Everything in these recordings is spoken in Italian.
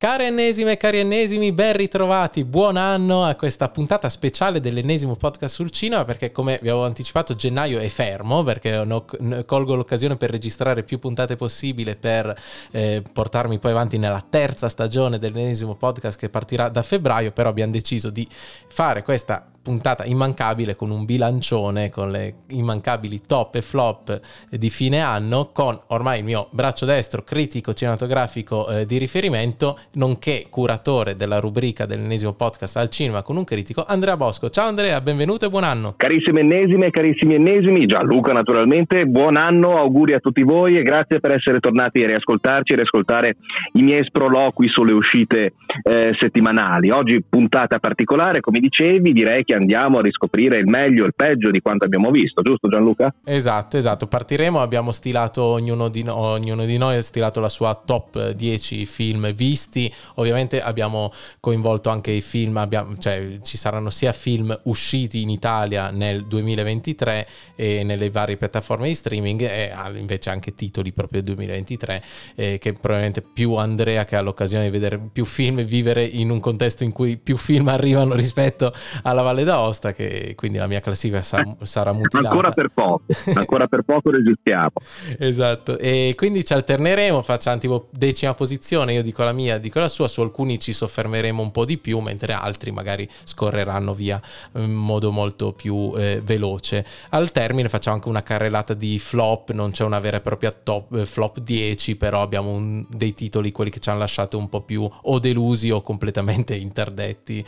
Care ennesime e cari ennesimi, ben ritrovati, buon anno a questa puntata speciale dell'ennesimo podcast sul cinema, perché come vi avevo anticipato gennaio è fermo, perché colgo l'occasione per registrare più puntate possibile per portarmi poi avanti nella terza stagione dell'ennesimo podcast che partirà da febbraio, però abbiamo deciso di fare questa puntata immancabile con un bilancione con le immancabili top e flop di fine anno, con ormai il mio braccio destro critico cinematografico di riferimento, nonché curatore della rubrica dell'ennesimo podcast al cinema con un critico, Andrea Bosco. Ciao Andrea, benvenuto e buon anno. Carissime ennesime, carissimi ennesimi, Gianluca naturalmente, buon anno, auguri a tutti voi e grazie per essere tornati a riascoltarci e riascoltare i miei sproloqui sulle uscite settimanali. Oggi puntata particolare, come dicevi, direi che andiamo a riscoprire il meglio e il peggio di quanto abbiamo visto, giusto Gianluca? Esatto, partiremo, abbiamo stilato, ognuno di noi ha stilato la sua top 10 film visti, ovviamente abbiamo coinvolto anche i film, ci saranno sia film usciti in Italia nel 2023 e nelle varie piattaforme di streaming, e invece anche titoli proprio del 2023 che probabilmente più Andrea, che ha l'occasione di vedere più film e vivere in un contesto in cui più film arrivano rispetto alla Valle d'Aosta, che quindi la mia classifica sarà mutilata. Ancora per poco resistiamo. Esatto, e quindi ci alterneremo, facciamo tipo decima posizione, io dico la mia, dico la sua, su alcuni ci soffermeremo un po' di più, mentre altri magari scorreranno via in modo molto più veloce. Al termine facciamo anche una carrellata di flop, non c'è una vera e propria top flop 10, però abbiamo dei titoli, quelli che ci hanno lasciato un po' più o delusi o completamente interdetti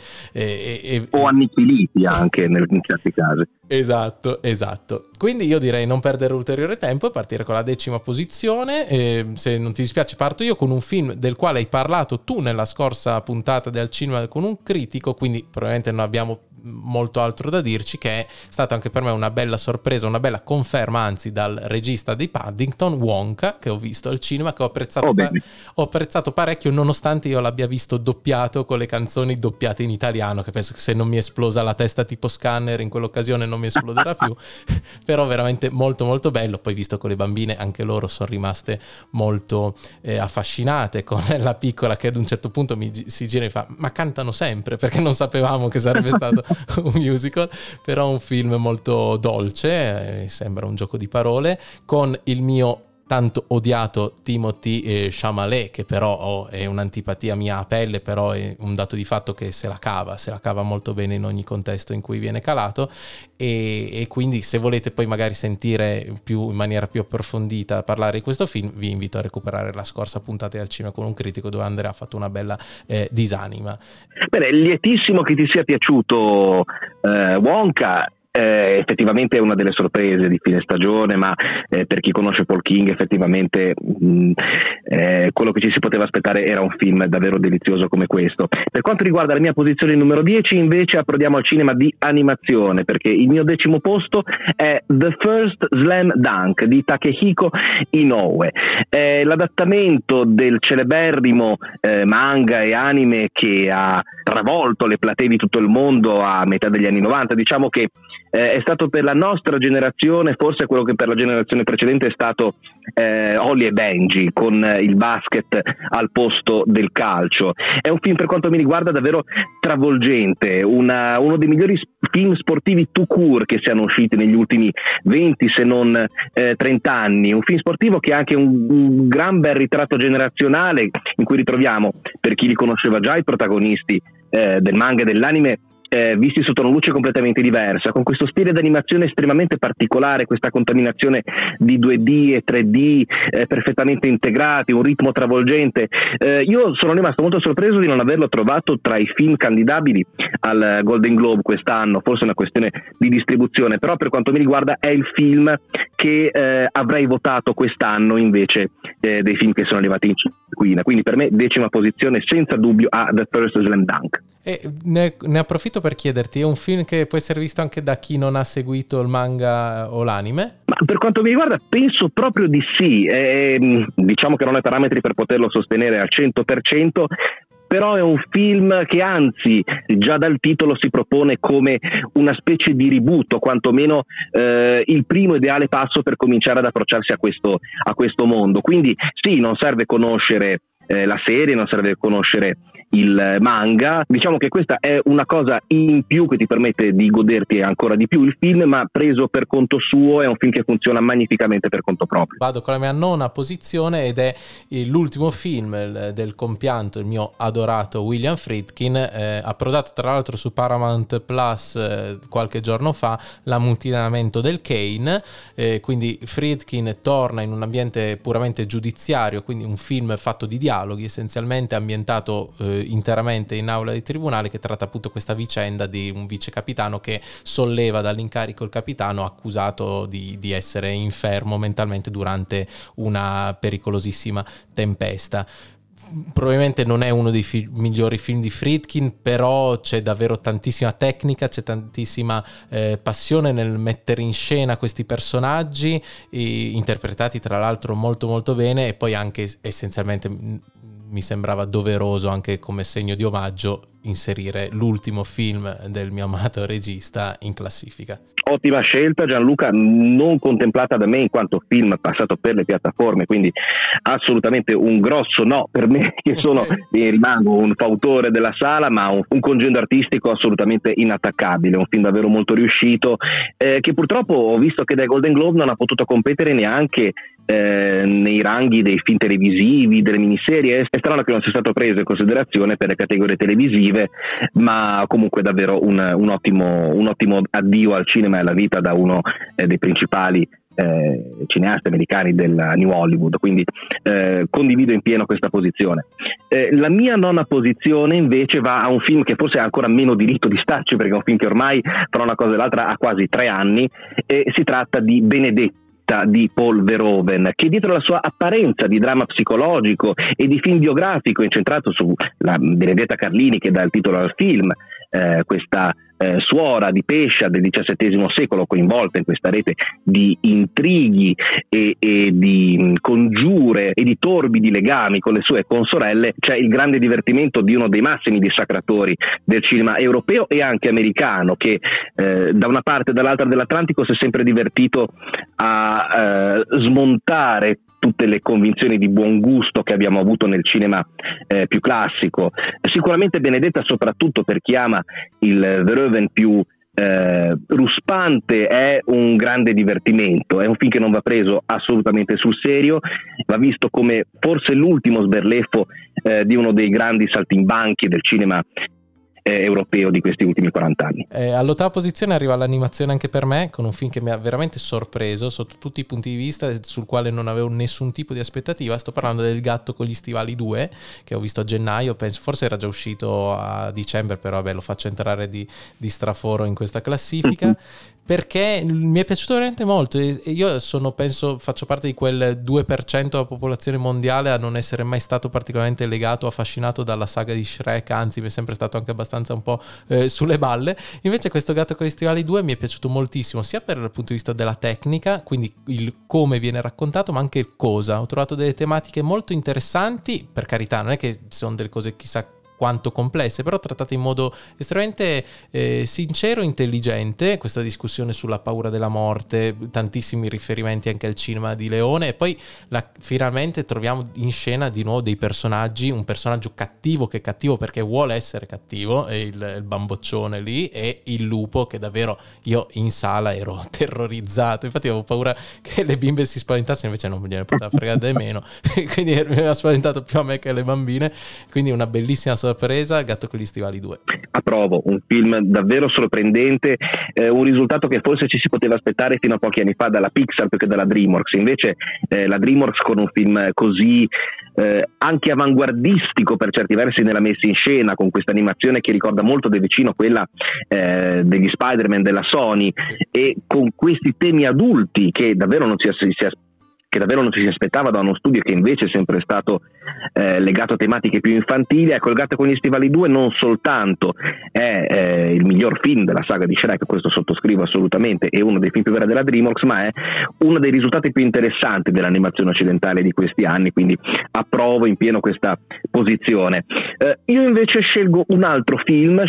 o annichiliti anche in certi casi. Esatto. Quindi io direi non perdere ulteriore tempo e partire con la decima posizione. Se non ti dispiace parto io con un film del quale hai parlato tu nella scorsa puntata del cinema con un critico, quindi probabilmente non abbiamo molto altro da dirci, che è stato anche per me una bella sorpresa, una bella conferma anzi dal regista di Paddington, Wonka, che ho visto al cinema, che ho apprezzato parecchio, nonostante io l'abbia visto doppiato con le canzoni doppiate in italiano, che penso che se non mi è esplosa la testa tipo Scanner in quell'occasione non mi esploderà più però veramente molto molto bello. Poi visto con le bambine, anche loro sono rimaste molto affascinate, con la piccola che ad un certo punto si gira e fa: ma cantano sempre, perché non sapevamo che sarebbe stato un musical. Però un film molto dolce, sembra un gioco di parole, con il mio tanto odiato Timothée Chalamet, che però è un'antipatia mia a pelle, però è un dato di fatto che se la cava molto bene in ogni contesto in cui viene calato, e quindi se volete poi magari sentire in maniera più approfondita parlare di questo film, vi invito a recuperare la scorsa puntata al cinema con un critico, dove Andrea ha fatto una bella disanima. Bene, lietissimo che ti sia piaciuto Wonka. Effettivamente è una delle sorprese di fine stagione, ma per chi conosce Paul King effettivamente quello che ci si poteva aspettare era un film davvero delizioso come questo. Per quanto riguarda la mia posizione numero 10, invece approdiamo al cinema di animazione, perché il mio decimo posto è The First Slam Dunk di Takehiko Inoue, l'adattamento del celeberrimo manga e anime che ha travolto le platee di tutto il mondo a metà degli anni 90. Diciamo che è stato per la nostra generazione forse quello che per la generazione precedente è stato Holly e Benji, con il basket al posto del calcio. È un film, per quanto mi riguarda, davvero travolgente, uno dei migliori film sportivi tout court che siano usciti negli ultimi 20 se non 30 anni. Un film sportivo che ha anche un gran bel ritratto generazionale, in cui ritroviamo, per chi li conosceva già, i protagonisti del manga e dell'anime visti sotto una luce completamente diversa, con questo stile d'animazione estremamente particolare, questa contaminazione di 2D e 3D perfettamente integrati, un ritmo travolgente. Io sono rimasto molto sorpreso di non averlo trovato tra i film candidabili al Golden Globe quest'anno, forse è una questione di distribuzione, però per quanto mi riguarda è il film che avrei votato quest'anno invece dei film che sono arrivati in cinquina, quindi per me decima posizione senza dubbio a The First Slam Dunk. E ne approfitto per chiederti, è un film che può essere visto anche da chi non ha seguito il manga o l'anime? Ma per quanto mi riguarda penso proprio di sì, diciamo che non ho i parametri per poterlo sostenere al 100%, però è un film che anzi già dal titolo si propone come una specie di reboot, o quantomeno il primo ideale passo per cominciare ad approcciarsi a questo mondo. Quindi sì, non serve conoscere la serie, non serve conoscere il manga. Diciamo che questa è una cosa in più che ti permette di goderti ancora di più il film, ma preso per conto suo è un film che funziona magnificamente per conto proprio. Vado con la mia nona posizione ed è l'ultimo film del compianto, il mio adorato William Friedkin, approdato tra l'altro su Paramount Plus qualche giorno fa, L'ammutinamento del Kane. Quindi Friedkin torna in un ambiente puramente giudiziario, quindi un film fatto di dialoghi, essenzialmente ambientato interamente in aula di tribunale, che tratta appunto questa vicenda di un vice capitano che solleva dall'incarico il capitano accusato di essere infermo mentalmente durante una pericolosissima tempesta. Probabilmente non è uno dei migliori film di Friedkin, però c'è davvero tantissima tecnica, c'è tantissima passione nel mettere in scena questi personaggi, interpretati tra l'altro molto molto bene, e poi anche essenzialmente mi sembrava doveroso, anche come segno di omaggio, inserire l'ultimo film del mio amato regista in classifica. Ottima scelta, Gianluca, non contemplata da me in quanto film passato per le piattaforme, quindi assolutamente un grosso no per me, che rimango un fautore della sala, ma un congendo artistico assolutamente inattaccabile, un film davvero molto riuscito, che purtroppo ho visto che dai Golden Globe non ha potuto competere neanche nei ranghi dei film televisivi, delle miniserie. È strano che non sia stato preso in considerazione per le categorie televisive, ma comunque davvero un ottimo addio al cinema e alla vita da uno dei principali cineasti americani della New Hollywood, quindi condivido in pieno questa posizione. La mia nona posizione invece va a un film che forse ha ancora meno diritto di starci, perché è un film che ormai fra una cosa e l'altra ha quasi 3 anni, e si tratta di Benedetta di Paul Verhoeven, che dietro la sua apparenza di dramma psicologico e di film biografico incentrato sulla Benedetta Carlini, che dà il titolo al film, questa suora di Pescia del XVII secolo, coinvolta in questa rete di intrighi e di congiure e di torbidi legami con le sue consorelle, c'è il grande divertimento di uno dei massimi dissacratori del cinema europeo e anche americano, che da una parte e dall'altra dell'Atlantico si è sempre divertito a smontare tutte le convinzioni di buon gusto che abbiamo avuto nel cinema più classico. Sicuramente Benedetta, soprattutto per chi ama il Verhoeven più ruspante, è un grande divertimento. È un film che non va preso assolutamente sul serio, va visto come forse l'ultimo sberleffo di uno dei grandi saltimbanchi del cinema europeo di questi ultimi 40 anni. All'ottava posizione arriva l'animazione anche per me, con un film che mi ha veramente sorpreso sotto tutti i punti di vista, sul quale non avevo nessun tipo di aspettativa. Sto parlando del Gatto con gli stivali 2, che ho visto a gennaio, penso, forse era già uscito a dicembre, però vabbè, lo faccio entrare di straforo in questa classifica. Perché mi è piaciuto veramente molto, e io faccio parte di quel 2% della popolazione mondiale a non essere mai stato particolarmente legato, affascinato dalla saga di Shrek, anzi mi è sempre stato anche abbastanza un po' sulle balle. Invece questo Gatto con gli stivali 2 mi è piaciuto moltissimo, sia per il punto di vista della tecnica, quindi il come viene raccontato, ma anche il cosa. Ho trovato delle tematiche molto interessanti, per carità, non è che sono delle cose chissà quanto complesse, però trattate in modo estremamente sincero e intelligente. Questa discussione sulla paura della morte, tantissimi riferimenti anche al cinema di Leone, e poi finalmente troviamo in scena di nuovo dei personaggi, un personaggio cattivo che è cattivo perché vuole essere cattivo, e il bamboccione lì, e il lupo, che davvero io in sala ero terrorizzato, infatti avevo paura che le bimbe si spaventassero, invece non me ne poteva fregare nemmeno quindi mi aveva spaventato più a me che alle bambine. Quindi una bellissima sorpresa, Gatto con gli stivali 2. Approvo, un film davvero sorprendente, un risultato che forse ci si poteva aspettare fino a pochi anni fa dalla Pixar più che dalla DreamWorks. Invece la DreamWorks, con un film così anche avanguardistico per certi versi nella messa in scena, con questa animazione che ricorda molto da vicino quella degli Spider-Man della Sony, e con questi temi adulti che davvero non ci si aspettava da uno studio che invece è sempre stato legato a tematiche più infantili. Ecco, il Gatto con gli stivali 2 non soltanto è il miglior film della saga di Shrek, questo sottoscrivo assolutamente, è uno dei film più belli della DreamWorks, ma è uno dei risultati più interessanti dell'animazione occidentale di questi anni, quindi approvo in pieno questa posizione. Io invece scelgo un altro film,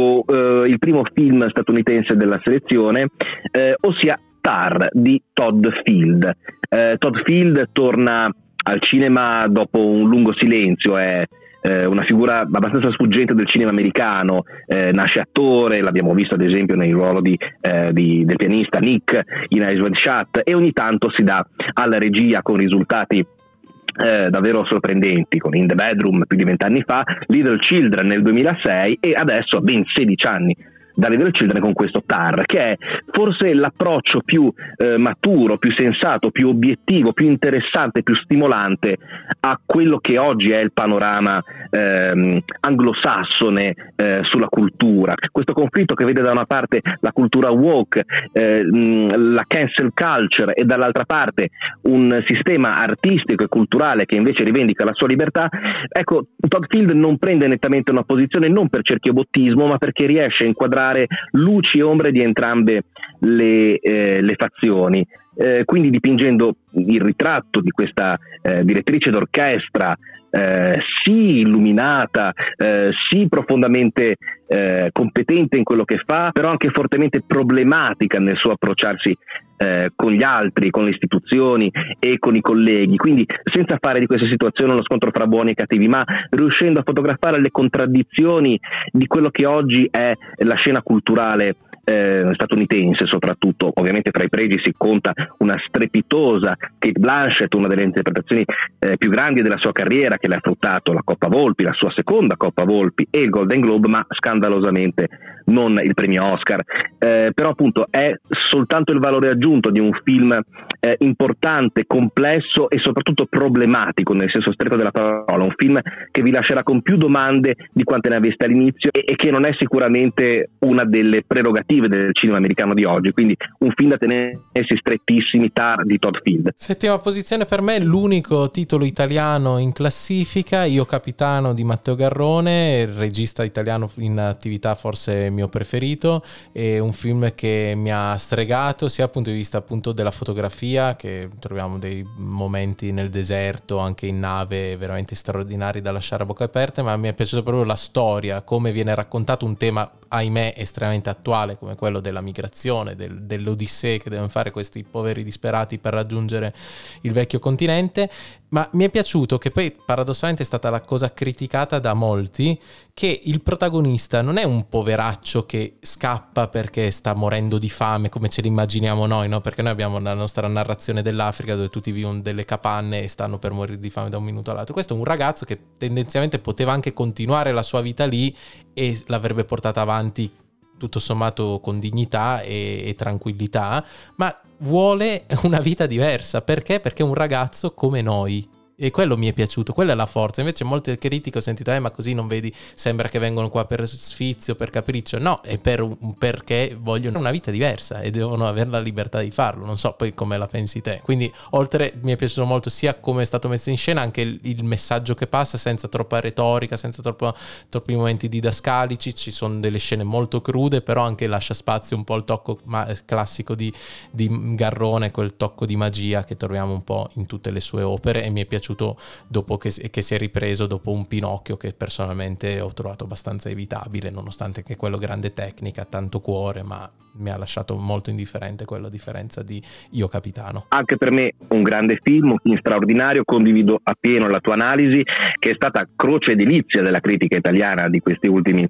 il primo film statunitense della selezione, ossia Tar di Todd Field. Todd Field torna al cinema dopo un lungo silenzio, è una figura abbastanza sfuggente del cinema americano, nasce attore, l'abbiamo visto ad esempio nel ruolo del pianista Nick in Eyes Wide Shut, e ogni tanto si dà alla regia con risultati davvero sorprendenti, con In the Bedroom più di 20 anni fa, Little Children nel 2006 e adesso a ben 16 anni da Little Children con questo Tar, che è forse l'approccio più maturo, più sensato, più obiettivo, più interessante, più stimolante a quello che oggi è il panorama anglosassone sulla cultura. Questo conflitto che vede da una parte la cultura woke, la cancel culture, e dall'altra parte un sistema artistico e culturale che invece rivendica la sua libertà. Ecco, Todd Field non prende nettamente una posizione non per cerchiobottismo, ma perché riesce a inquadrare luci e ombre di entrambe le fazioni, quindi dipingendo il ritratto di questa direttrice d'orchestra sì illuminata, sì profondamente competente in quello che fa, però anche fortemente problematica nel suo approcciarsi con gli altri, con le istituzioni e con i colleghi, quindi senza fare di questa situazione uno scontro fra buoni e cattivi, ma riuscendo a fotografare le contraddizioni di quello che oggi è la scena culturale statunitense. Soprattutto ovviamente fra i pregi si conta una strepitosa Cate Blanchett, una delle interpretazioni più grandi della sua carriera, che le ha fruttato la Coppa Volpi, la sua seconda Coppa Volpi e il Golden Globe, ma scandalosamente non il premio Oscar. Però appunto è soltanto il valore aggiunto di un film importante, complesso e soprattutto problematico nel senso stretto della parola, un film che vi lascerà con più domande di quante ne aveste all'inizio e che non è sicuramente una delle prerogative del cinema americano di oggi, quindi un film da tenersi strettissimi, Tar di Todd Field. Settima posizione per me, l'unico titolo italiano in classifica, Io Capitano di Matteo Garrone, il regista italiano in attività forse mio preferito, è un film che mi ha stregato sia dal punto di vista appunto della fotografia, che troviamo dei momenti nel deserto anche in nave veramente straordinari da lasciare a bocca aperta, ma mi è piaciuta proprio la storia, come viene raccontato un tema ahimè estremamente attuale come quello della migrazione, dell'odissea che devono fare questi poveri disperati per raggiungere il vecchio continente. Ma mi è piaciuto che poi paradossalmente è stata la cosa criticata da molti, che il protagonista non è un poveraccio che scappa perché sta morendo di fame come ce l'immaginiamo noi, no? Perché noi abbiamo la nostra narrazione dell'Africa dove tutti vivono delle capanne e stanno per morire di fame da un minuto all'altro. Questo è un ragazzo che tendenzialmente poteva anche continuare la sua vita lì e l'avrebbe portata avanti tutto sommato con dignità e tranquillità, ma vuole una vita diversa. Perché? Perché è un ragazzo come noi. E quello mi è piaciuto, quella è la forza. Invece molte critiche ho sentito, ma così non vedi, sembra che vengono qua per sfizio, per capriccio. No, è perché vogliono una vita diversa e devono avere la libertà di farlo. Non so poi come la pensi te. Quindi oltre, mi è piaciuto molto sia come è stato messo in scena, anche il messaggio che passa, senza troppa retorica, senza troppi momenti didascalici. Ci sono delle scene molto crude, però anche lascia spazio un po' al tocco classico di Garrone, quel tocco di magia che troviamo un po' in tutte le sue opere, e mi è piaciuto dopo che si è ripreso dopo un Pinocchio che personalmente ho trovato abbastanza evitabile, nonostante che quello grande tecnica, tanto cuore, ma mi ha lasciato molto indifferente quello, a differenza di Io Capitano. Anche per me un grande film, un film straordinario, condivido appieno la tua analisi, che è stata croce e delizia della critica italiana di questi ultimi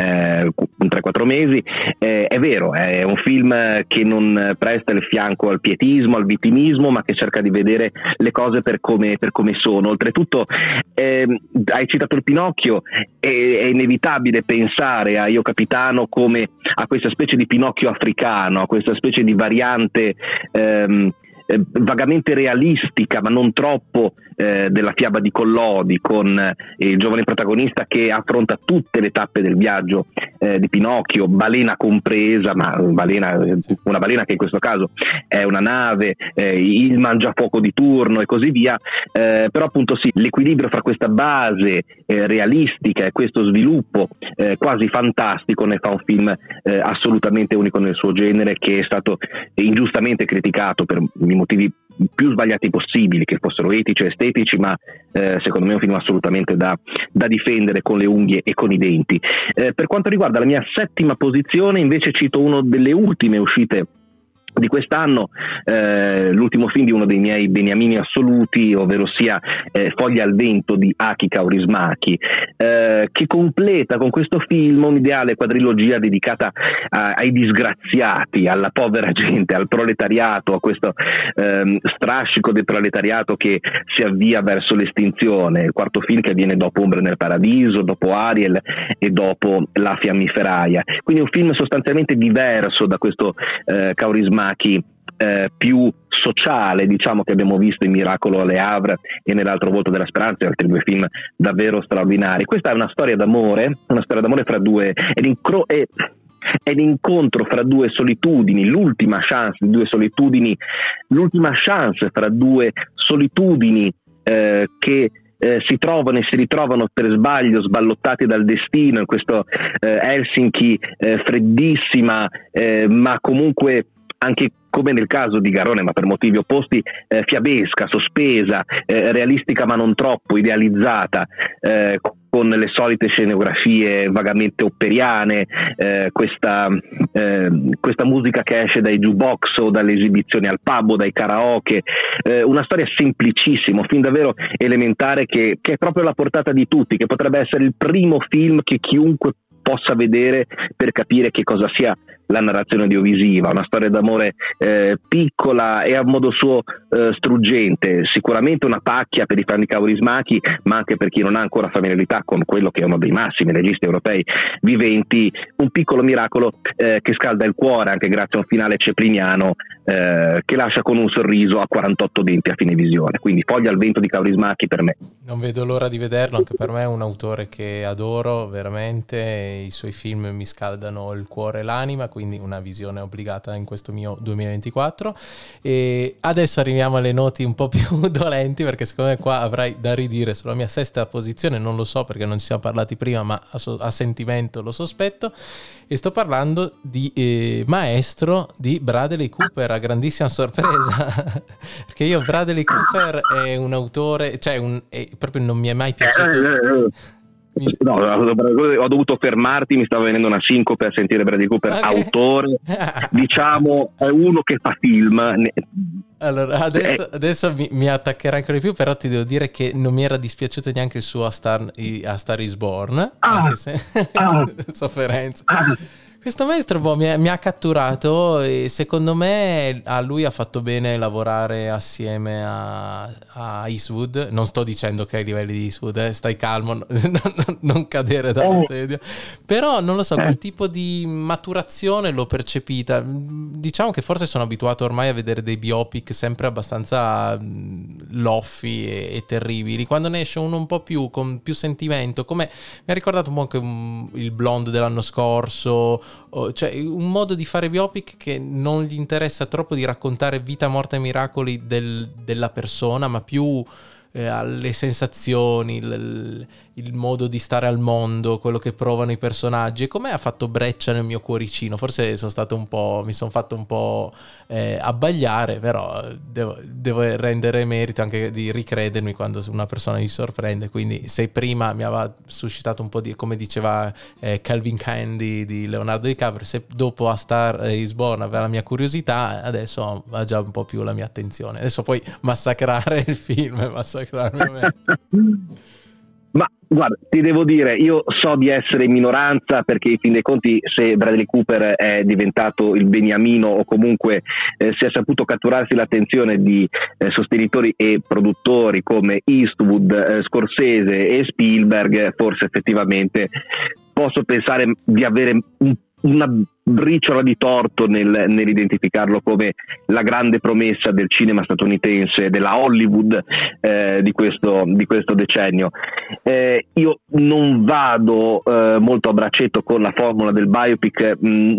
3-4 mesi. È vero, è un film che non presta il fianco al pietismo, al vittimismo, ma che cerca di vedere le cose per come sono. Oltretutto hai citato il Pinocchio, è inevitabile pensare a Io Capitano come a questa specie di Pinocchio africano, a questa specie di variante vagamente realistica ma non troppo della fiaba di Collodi, con il giovane protagonista che affronta tutte le tappe del viaggio di Pinocchio, balena compresa, ma una balena che in questo caso è una nave, il mangiafuoco di turno e così via, però appunto sì, l'equilibrio fra questa base realistica e questo sviluppo quasi fantastico ne fa un film assolutamente unico nel suo genere, che è stato ingiustamente criticato per i motivi più sbagliati possibili, che fossero etici o estetici, ma secondo me è un film assolutamente da difendere con le unghie e con i denti. Per quanto riguarda la mia settima posizione, invece cito uno delle ultime uscite di quest'anno, l'ultimo film di uno dei miei beniamini assoluti, ovvero sia Foglie al vento di Aki Kaurismäki, che completa con questo film un'ideale quadrilogia dedicata ai disgraziati, alla povera gente, al proletariato, a questo strascico del proletariato che si avvia verso l'estinzione. Il quarto film che avviene dopo Ombre nel Paradiso, dopo Ariel e dopo La fiammiferaia. Quindi un film sostanzialmente diverso da questo Kaurismäki, più sociale, diciamo, che abbiamo visto in Miracolo alle Havre e nell'altro volto della speranza, e altri due film davvero straordinari. Questa è una storia d'amore fra due, è l'incontro fra due solitudini, l'ultima chance fra due solitudini che si trovano e si ritrovano per sbaglio sballottati dal destino in questo Helsinki freddissima, ma comunque anche, come nel caso di Garrone, ma per motivi opposti, fiabesca, sospesa, realistica ma non troppo, idealizzata, con le solite scenografie vagamente opperiane, questa musica che esce dai jukebox o dalle esibizioni al pub o dai karaoke, una storia semplicissima, un film davvero elementare che è proprio alla portata di tutti, che potrebbe essere il primo film che chiunque possa vedere per capire che cosa sia la narrazione audiovisiva, una storia d'amore piccola e a modo suo struggente, sicuramente una pacchia per i fan di Kaurismäki, ma anche per chi non ha ancora familiarità con quello che è uno dei massimi registi europei viventi, un piccolo miracolo che scalda il cuore anche grazie a un finale cepliniano che lascia con un sorriso a 48 denti a fine visione. Quindi Foglia al vento di Kaurismäki per me. Non vedo l'ora di vederlo, anche per me è un autore che adoro veramente, i suoi film mi scaldano il cuore e l'anima, quindi una visione obbligata in questo mio 2024. E adesso arriviamo alle noti un po' più dolenti, perché secondo me qua avrai da ridire sulla mia sesta posizione, non lo so perché non ci siamo parlati prima, ma a sentimento lo sospetto, e sto parlando di Maestro di Bradley Cooper, a grandissima sorpresa perché io Bradley Cooper è un autore, proprio non mi è mai piaciuto. No, ho dovuto fermarti, mi stava venendo una sincope a sentire Bradley Cooper, okay. Autore, diciamo, è uno che fa film. Allora, adesso mi attaccherà ancora di più, però ti devo dire che non mi era dispiaciuto neanche il suo A Star Is Born, anche se sofferenza. Questo maestro mi ha catturato, e secondo me a lui ha fatto bene lavorare assieme a Eastwood. Non sto dicendo che ai livelli di Eastwood, stai calmo, non cadere dalla sedia, però non lo so, quel tipo di maturazione l'ho percepita. Diciamo che forse sono abituato ormai a vedere dei biopic sempre abbastanza loffi e terribili. Quando ne esce uno un po' più con più sentimento, come mi ha ricordato un po' anche il Blonde dell'anno scorso, cioè un modo di fare biopic che non gli interessa troppo di raccontare vita, morte e miracoli della persona, ma più alle sensazioni, il modo di stare al mondo, quello che provano i personaggi. E come ha fatto breccia nel mio cuoricino, forse mi sono fatto un po' abbagliare, però devo rendere merito anche di ricredermi quando una persona mi sorprende. Quindi se prima mi aveva suscitato un po' di, come diceva Calvin Candy di Leonardo DiCaprio, se dopo A Star Is Born aveva la mia curiosità, adesso ha già un po' più la mia attenzione. Adesso puoi massacrare il film e massacrarmi a me. Ma guarda, ti devo dire, io so di essere in minoranza, perché in fin dei conti, se Bradley Cooper è diventato il beniamino, o comunque si è saputo catturarsi l'attenzione di sostenitori e produttori come Eastwood, Scorsese e Spielberg, forse effettivamente posso pensare di avere una briciola di torto nell'identificarlo come la grande promessa del cinema statunitense, della Hollywood di questo decennio. Io non vado molto a braccetto con la formula del biopic,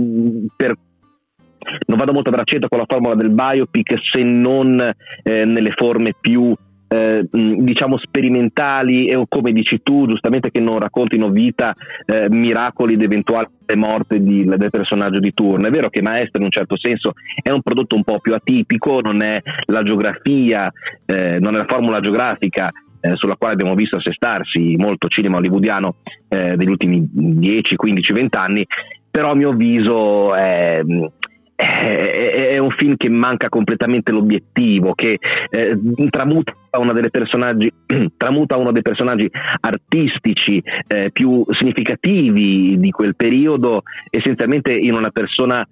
se non nelle forme più diciamo sperimentali, e come dici tu giustamente, che non raccontino vita, miracoli ed eventuale morte del personaggio di turno. È vero che Maestro in un certo senso è un prodotto un po' più atipico, non è la geografia, non è la formula geografica sulla quale abbiamo visto assestarsi molto cinema hollywoodiano degli ultimi 10, 15, 20 anni, però a mio avviso è è un film che manca completamente l'obiettivo, che tramuta uno dei personaggi artistici più significativi di quel periodo essenzialmente in una persona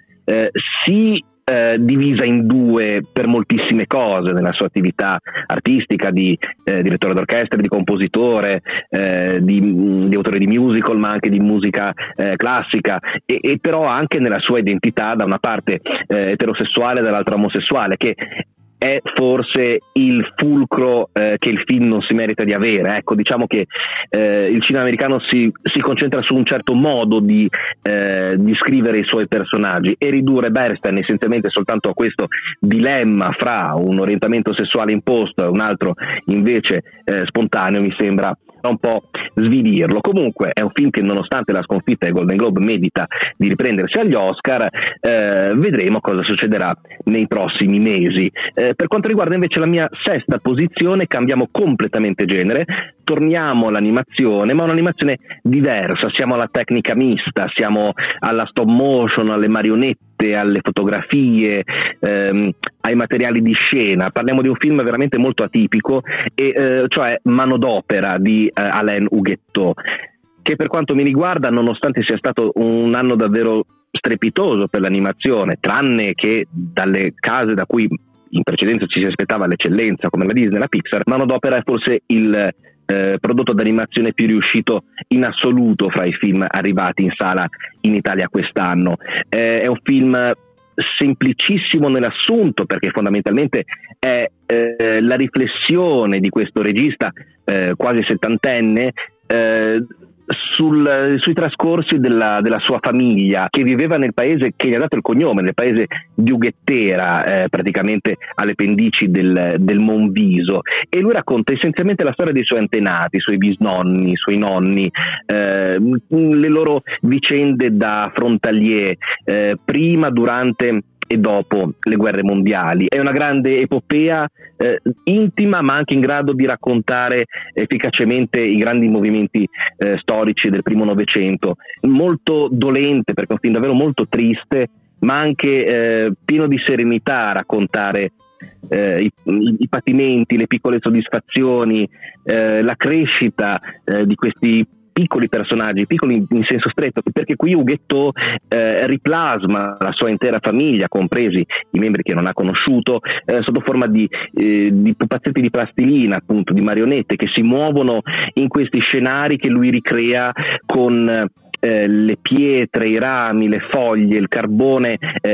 divisa in due per moltissime cose nella sua attività artistica di direttore d'orchestra, di compositore, di autore di musical, ma anche di musica classica, e però anche nella sua identità, da una parte eterosessuale, dall'altra omosessuale, che è forse il fulcro che il film non si merita di avere. Ecco, diciamo che il cinema americano si concentra su un certo modo di scrivere i suoi personaggi, e ridurre Bernstein essenzialmente soltanto a questo dilemma fra un orientamento sessuale imposto e un altro invece spontaneo mi sembra un po' svidirlo. Comunque è un film che, nonostante la sconfitta ai Golden Globe, medita di riprendersi agli Oscar. Vedremo cosa succederà nei prossimi mesi. Per quanto riguarda invece la mia sesta posizione, cambiamo completamente genere, torniamo all'animazione, ma un'animazione diversa. Siamo alla tecnica mista, siamo alla stop motion, alle marionette, alle fotografie, ai materiali di scena. Parliamo di un film veramente molto atipico, cioè Manodopera di Alain Huguettot, che per quanto mi riguarda, nonostante sia stato un anno davvero strepitoso per l'animazione, tranne che dalle case da cui in precedenza ci si aspettava l'eccellenza come la Disney e la Pixar, Manodopera è forse il prodotto d'animazione più riuscito in assoluto fra i film arrivati in sala in Italia quest'anno. È un film semplicissimo nell'assunto, perché fondamentalmente è la riflessione di questo regista quasi settantenne sui trascorsi della sua famiglia, che viveva nel paese che gli ha dato il cognome, nel paese di Ughettera, praticamente alle pendici del Monviso, e lui racconta essenzialmente la storia dei suoi antenati, i suoi bisnonni, i suoi nonni, le loro vicende da frontalier, prima, durante e dopo le guerre mondiali. È una grande epopea intima, ma anche in grado di raccontare efficacemente i grandi movimenti storici del primo Novecento. Molto dolente, perché è un film davvero molto triste, ma anche pieno di serenità a raccontare i patimenti, le piccole soddisfazioni, la crescita di questi piccoli personaggi, piccoli in senso stretto, perché qui Huguettot riplasma la sua intera famiglia, compresi i membri che non ha conosciuto, sotto forma di pupazzetti di plastilina, appunto, di marionette che si muovono in questi scenari che lui ricrea con le pietre, i rami, le foglie, il carbone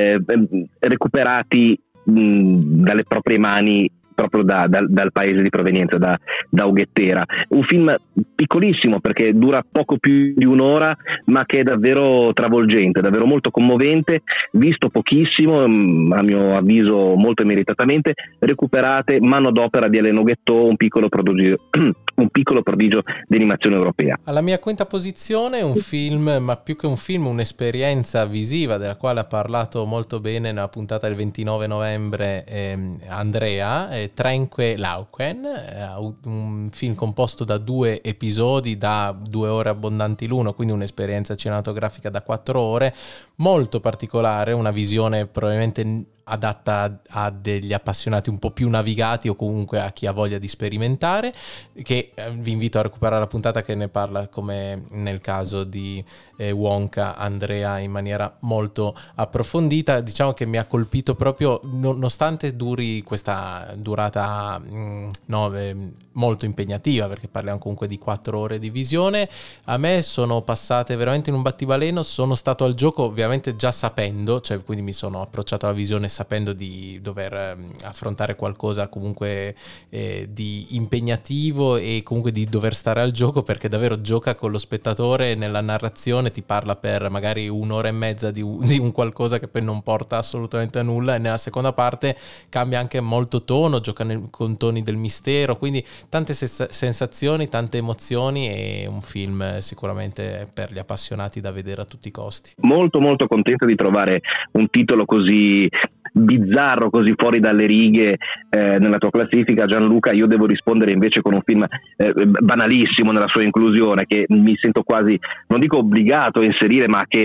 recuperati dalle proprie mani, proprio dal paese di provenienza, da Ughettera. Un film piccolissimo, perché dura poco più di un'ora, ma che è davvero travolgente, davvero molto commovente, visto pochissimo, a mio avviso molto meritatamente. Recuperate Manodopera di Alain Huguettot, un piccolo prodigio di animazione europea. Alla mia quinta posizione un film, ma più che un film, un'esperienza visiva della quale ha parlato molto bene nella puntata del 29 novembre Andrea, Trenque Lauquen, un film composto da 2 episodi da 2 ore abbondanti l'uno, quindi un'esperienza cinematografica da 4 ore, molto particolare, una visione probabilmente adatta a degli appassionati un po' più navigati, o comunque a chi ha voglia di sperimentare, che vi invito a recuperare la puntata che ne parla, come nel caso di Wonka, Andrea, in maniera molto approfondita. Diciamo che mi ha colpito proprio, nonostante duri questa durata molto impegnativa, perché parliamo comunque di 4 ore di visione, a me sono passate veramente in un battibaleno. Sono stato al gioco ovviamente già sapendo, cioè quindi mi sono approcciato alla visione sapendo di dover affrontare qualcosa comunque di impegnativo, e comunque di dover stare al gioco, perché davvero gioca con lo spettatore nella narrazione, ti parla per magari 1 ora e mezza di un qualcosa che poi non porta assolutamente a nulla, e nella seconda parte cambia anche molto tono, gioca con toni del mistero, quindi tante sensazioni, tante emozioni, e un film sicuramente per gli appassionati da vedere a tutti i costi. Molto molto contento di trovare un titolo così bizzarro, così fuori dalle righe nella tua classifica, Gianluca. Io devo rispondere invece con un film banalissimo nella sua inclusione, che mi sento quasi, non dico obbligato a inserire, ma che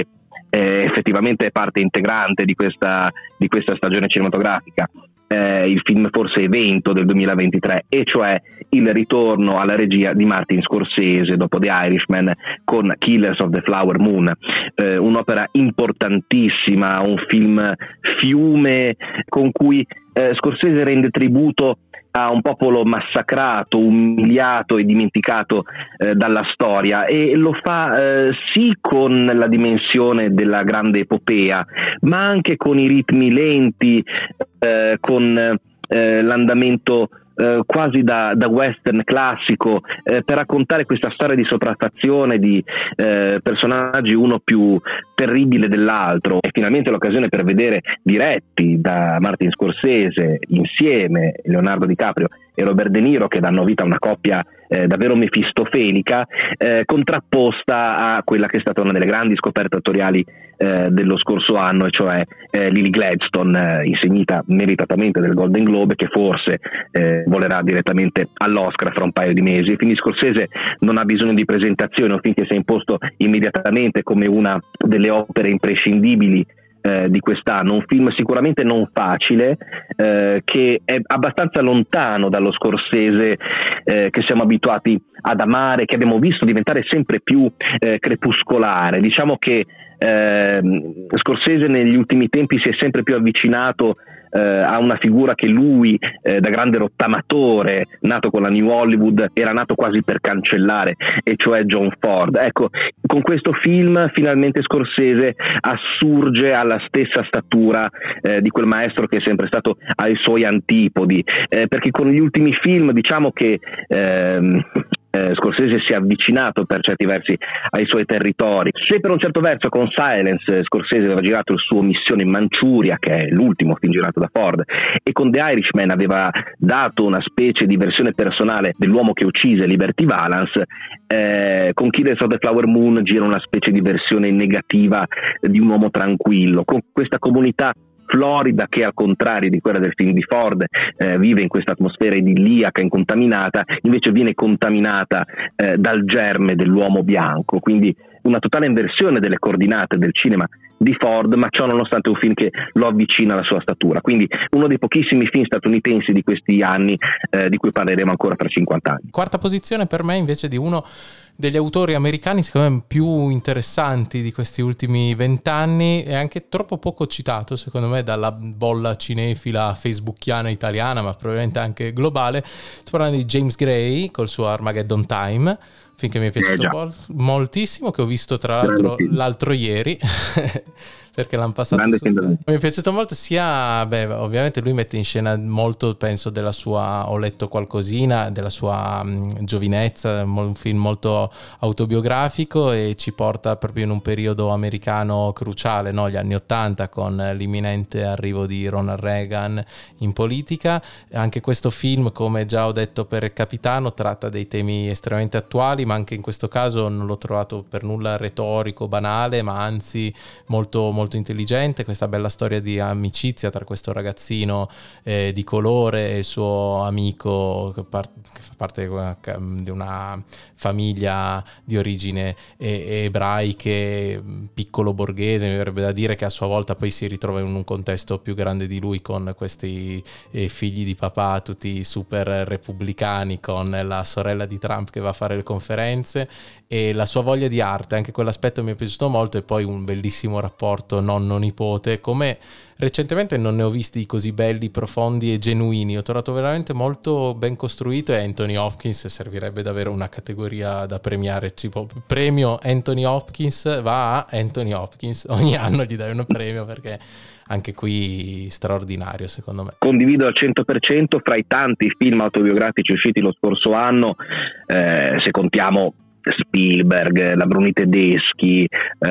effettivamente è parte integrante di questa stagione cinematografica. Il film forse evento del 2023, e cioè il ritorno alla regia di Martin Scorsese dopo The Irishman con Killers of the Flower Moon, un'opera importantissima, un film fiume con cui Scorsese rende tributo a un popolo massacrato, umiliato e dimenticato dalla storia, e lo fa sì con la dimensione della grande epopea, ma anche con i ritmi lenti, con l'andamento quasi da western classico, per raccontare questa storia di sopraffazione di personaggi uno più terribile dell'altro. E finalmente l'occasione per vedere, diretti da Martin Scorsese, insieme Leonardo DiCaprio e Robert De Niro, che danno vita a una coppia davvero mefistofelica, contrapposta a quella che è stata una delle grandi scoperte attoriali dello scorso anno, e cioè Lily Gladstone, insignita meritatamente del Golden Globe, che forse volerà direttamente all'Oscar fra un paio di mesi. Quindi Scorsese non ha bisogno di presentazione, un film che si è imposto immediatamente come una delle opere imprescindibili di quest'anno, un film sicuramente non facile, che è abbastanza lontano dallo Scorsese che siamo abituati ad amare, che abbiamo visto diventare sempre più crepuscolare. Diciamo che Scorsese negli ultimi tempi si è sempre più avvicinato a una figura che lui, da grande rottamatore nato con la New Hollywood, era nato quasi per cancellare, e cioè John Ford. Ecco, con questo film finalmente Scorsese assurge alla stessa statura di quel maestro che è sempre stato ai suoi antipodi, perché con gli ultimi film diciamo che Scorsese si è avvicinato per certi versi ai suoi territori. Se per un certo verso con Silence Scorsese aveva girato il suo Missione in Manciuria, che è l'ultimo film girato da Ford, e con The Irishman aveva dato una specie di versione personale dell'uomo che uccise Liberty Valance, con Killers of the Flower Moon gira una specie di versione negativa di un uomo tranquillo, con questa comunità florida che, al contrario di quella del film di Ford, vive in questa atmosfera idilliaca, incontaminata, invece viene contaminata dal germe dell'uomo bianco. Quindi una totale inversione delle coordinate del cinema di Ford, ma ciò nonostante un film che lo avvicina alla sua statura. Quindi uno dei pochissimi film statunitensi di questi anni di cui parleremo ancora tra 50 anni. Quarta posizione per me invece di uno degli autori americani secondo me più interessanti di questi ultimi 20 anni, e anche troppo poco citato secondo me dalla bolla cinefila facebookiana italiana, ma probabilmente anche globale. Sto parlando di James Gray col suo Armageddon Time, film che mi è piaciuto moltissimo, che ho visto tra l'altro l'altro ieri perché l'hanno passato mi è piaciuto molto, sia ovviamente lui mette in scena molto, penso, della sua, ho letto qualcosina della sua giovinezza, un film molto autobiografico, e ci porta proprio in un periodo americano cruciale, no? Gli anni '80, con l'imminente arrivo di Ronald Reagan in politica. Anche questo film, come già ho detto per Capitano, tratta dei temi estremamente attuali, ma anche in questo caso non l'ho trovato per nulla retorico, banale, ma anzi molto intelligente. Questa bella storia di amicizia tra questo ragazzino di colore e il suo amico che fa parte di una famiglia di origine ebraiche, piccolo borghese, mi verrebbe da dire, che a sua volta poi si ritrova in un contesto più grande di lui, con questi figli di papà tutti super repubblicani, con la sorella di Trump che va a fare le conferenze, e la sua voglia di arte. Anche quell'aspetto mi è piaciuto molto, e poi un bellissimo rapporto nonno-nipote, come recentemente non ne ho visti così belli, profondi e genuini. Ho trovato veramente molto ben costruito, e Anthony Hopkins servirebbe davvero una categoria da premiare, tipo premio Anthony Hopkins va a Anthony Hopkins, ogni anno gli dai un premio, perché anche qui straordinario secondo me. Condivido al 100%. Fra i tanti film autobiografici usciti lo scorso anno, se contiamo Spielberg, la Bruni Tedeschi,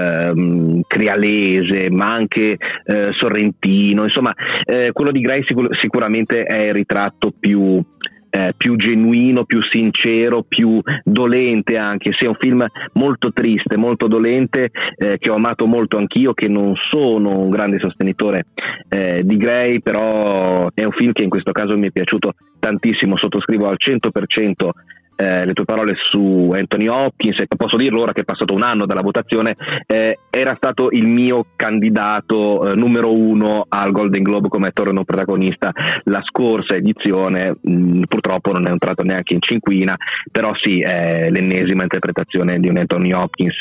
Crialese, ma anche Sorrentino, insomma, quello di Gray sicuramente è il ritratto più genuino, più sincero, più dolente, anche se è un film molto triste, molto dolente, che ho amato molto anch'io, che non sono un grande sostenitore di Gray, però è un film che in questo caso mi è piaciuto tantissimo. Sottoscrivo al 100% le tue parole su Anthony Hopkins, e posso dirlo ora che è passato un anno dalla votazione, era stato il mio candidato numero 1 al Golden Globe come attore non protagonista la scorsa edizione. Purtroppo non è entrato neanche in cinquina, però sì, è l'ennesima interpretazione di un Anthony Hopkins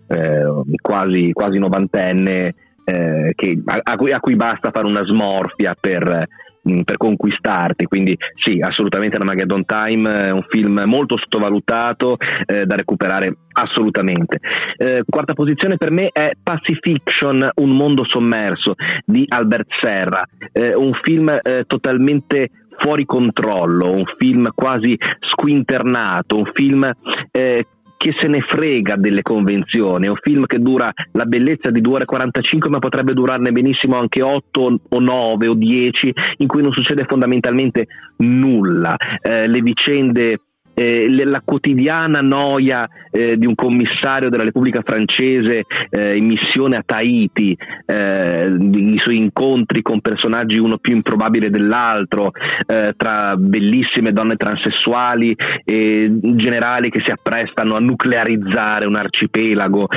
quasi novantenne, a cui basta fare una smorfia per conquistarti. Quindi sì, assolutamente Armageddon Time è un film molto sottovalutato, da recuperare assolutamente. Quarta posizione per me è Pacifiction, Un mondo sommerso di Albert Serra, un film totalmente fuori controllo, un film quasi squinternato, un film che se ne frega delle convenzioni. È un film che dura la bellezza di 2 ore e 45, ma potrebbe durarne benissimo anche 8 o 9 o 10, in cui non succede fondamentalmente nulla. Le vicende, la quotidiana noia di un commissario della Repubblica Francese in missione a Tahiti, i suoi incontri con personaggi uno più improbabile dell'altro, tra bellissime donne transessuali e generali che si apprestano a nuclearizzare un arcipelago,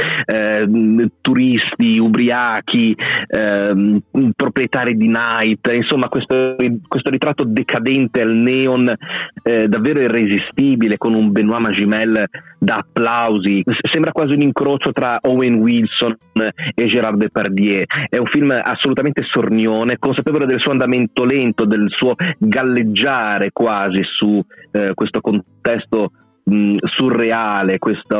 turisti ubriachi, proprietari di night, insomma questo ritratto decadente al neon, davvero irresistibile, con un Benoît Magimel da applausi. Sembra quasi un incrocio tra Owen Wilson e Gérard Depardieu. È un film assolutamente sornione, consapevole del suo andamento lento, del suo galleggiare quasi su questo contesto surreale,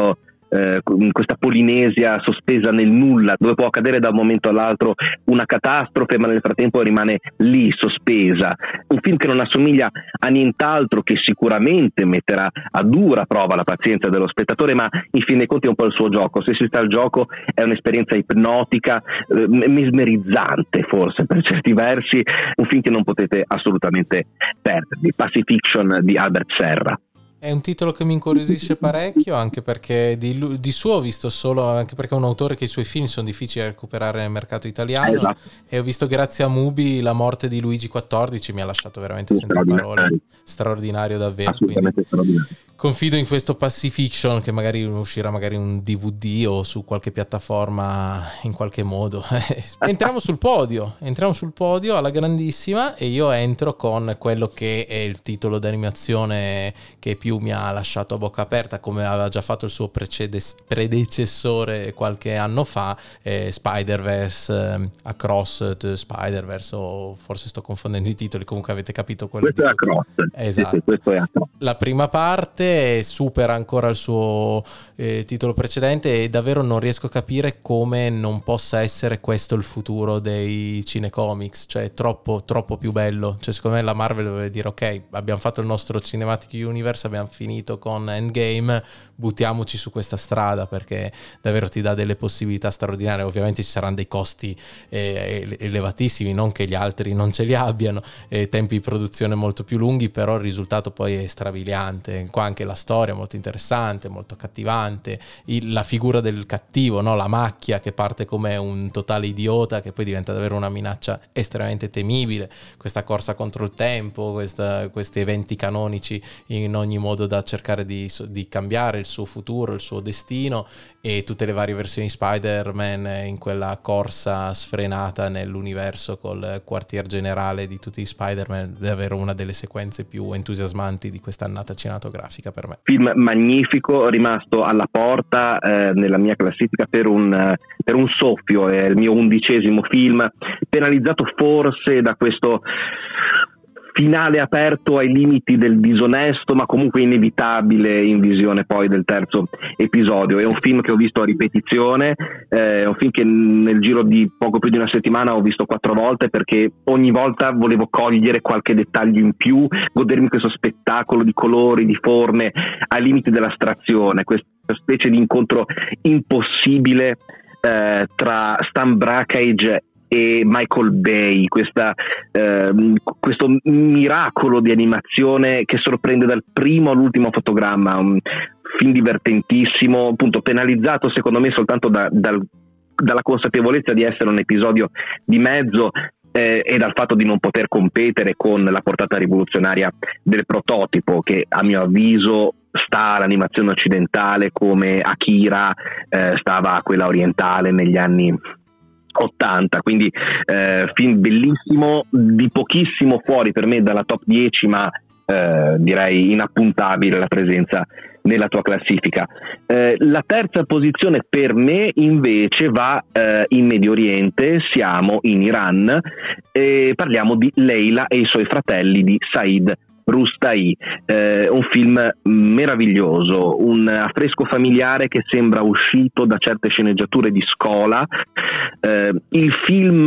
questa Polinesia sospesa nel nulla, dove può accadere da un momento all'altro una catastrofe, ma nel frattempo rimane lì sospesa. Un film che non assomiglia a nient'altro, che sicuramente metterà a dura prova la pazienza dello spettatore, ma in fin dei conti è un po' il suo gioco. Se si sta al gioco è un'esperienza ipnotica, mesmerizzante forse per certi versi, un film che non potete assolutamente perdervi. Pacifiction di Albert Serra. È un titolo che mi incuriosisce parecchio, anche perché di suo ho visto solo, anche perché è un autore che i suoi film sono difficili da recuperare nel mercato italiano, esatto. E ho visto grazie a Mubi La morte di Luigi XIV, mi ha lasciato veramente senza parole, straordinario davvero. Assolutamente straordinario. Confido in questo Pacifiction, che magari uscirà magari un DVD o su qualche piattaforma in qualche modo. Entriamo sul podio alla grandissima, e io entro con quello che è il titolo d'animazione che più mi ha lasciato a bocca aperta, come aveva già fatto il suo predecessore qualche anno fa, Spider-Verse, Across the Spider-Verse, o forse sto confondendo i titoli, comunque avete capito quello. Questo è Across. Esatto. Sì, questo è Across. La prima parte supera ancora il suo titolo precedente, e davvero non riesco a capire come non possa essere questo il futuro dei cinecomics, cioè troppo più bello. Cioè secondo me la Marvel doveva dire: ok, abbiamo fatto il nostro Cinematic Universe, abbiamo finito con Endgame, buttiamoci su questa strada, perché davvero ti dà delle possibilità straordinarie. Ovviamente ci saranno dei costi elevatissimi, non che gli altri non ce li abbiano, tempi di produzione molto più lunghi, però il risultato poi è strabiliante. Qua anche la storia molto interessante, molto accattivante, la figura del cattivo, no? La macchia, che parte come un totale idiota, che poi diventa davvero una minaccia estremamente temibile, questa corsa contro il tempo, questi eventi canonici in ogni modo da cercare di cambiare il suo futuro, il suo destino, e tutte le varie versioni Spider-Man in quella corsa sfrenata nell'universo col quartier generale di tutti gli Spider-Man. È davvero una delle sequenze più entusiasmanti di questa annata cinematografica per me. Film magnifico, rimasto alla porta nella mia classifica per un soffio. È il mio 11° film, penalizzato forse da questo finale aperto ai limiti del disonesto, ma comunque inevitabile in visione poi del terzo episodio. È un film che ho visto a ripetizione, è un film che nel giro di poco più di una settimana ho visto 4 volte, perché ogni volta volevo cogliere qualche dettaglio in piu, godermi questo spettacolo di colori, di forme, ai limiti dell'astrazione, questa specie di incontro impossibile tra Stan Brakhage e Michael Bay, questo miracolo di animazione che sorprende dal primo all'ultimo fotogramma. Un film divertentissimo, appunto penalizzato secondo me soltanto dalla consapevolezza di essere un episodio di mezzo, e dal fatto di non poter competere con la portata rivoluzionaria del prototipo, che a mio avviso sta all'animazione occidentale come Akira stava a quella orientale negli anni 80, quindi film bellissimo, di pochissimo fuori per me dalla top 10, ma direi inappuntabile la presenza nella tua classifica. La terza posizione per me invece va in Medio Oriente, siamo in Iran e parliamo di Leila e i suoi fratelli di Said Rustai, un film meraviglioso, un affresco familiare che sembra uscito da certe sceneggiature di scuola, il film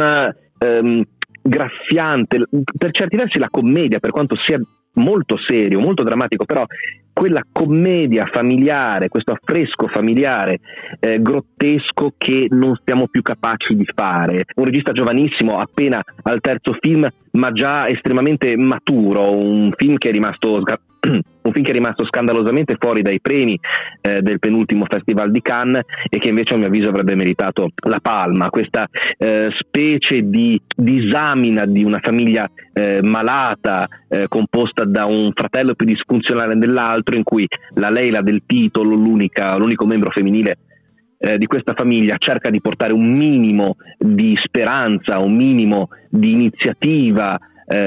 graffiante, per certi versi la commedia, per quanto sia molto serio, molto drammatico, però quella commedia familiare, questo affresco familiare grottesco che non siamo più capaci di fare. Un regista giovanissimo, appena al terzo film, ma già estremamente maturo, un film che è rimasto scandalosamente fuori dai premi del penultimo Festival di Cannes e che invece a mio avviso avrebbe meritato la palma. Questa specie di disamina di una famiglia malata, composta da un fratello più disfunzionale dell'altro, in cui la Leila del titolo, l'unico membro femminile di questa famiglia, cerca di portare un minimo di speranza, un minimo di iniziativa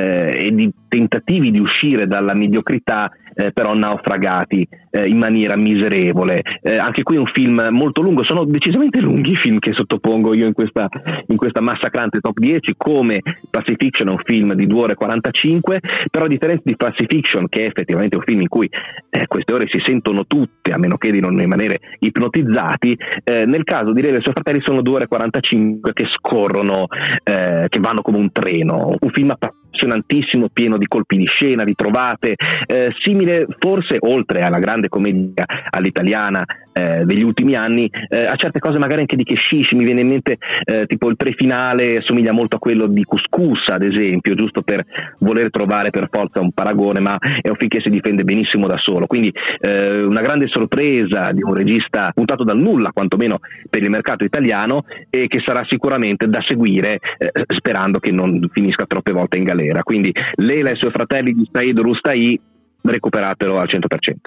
e di tentativi di uscire dalla mediocrità, però naufragati in maniera miserevole. Anche qui un film molto lungo, sono decisamente lunghi i film che sottopongo io in questa massacrante top 10, come Pacifiction è un film di 2 ore e 45, però a differenza di Pacifiction, che è effettivamente un film in cui queste ore si sentono tutte, a meno che di non rimanere ipnotizzati, nel caso di Lei e i suoi fratelli sono 2 ore e 45 che scorrono, che vanno come un treno, un film appassionantissimo, pieno di colpi di scena, di trovate, simile forse, oltre alla grande commedia all'italiana degli ultimi anni, a certe cose magari anche di Keshish. Mi viene in mente tipo il prefinale somiglia molto a quello di Couscous, ad esempio, giusto per voler trovare per forza un paragone, ma è un film che si difende benissimo da solo, quindi una grande sorpresa di un regista puntato dal nulla, quantomeno per il mercato italiano, e che sarà sicuramente da seguire, sperando che non finisca troppe volte in galera. Quindi Leila e i suoi fratelli di Said Rustai, recuperatelo al 100%.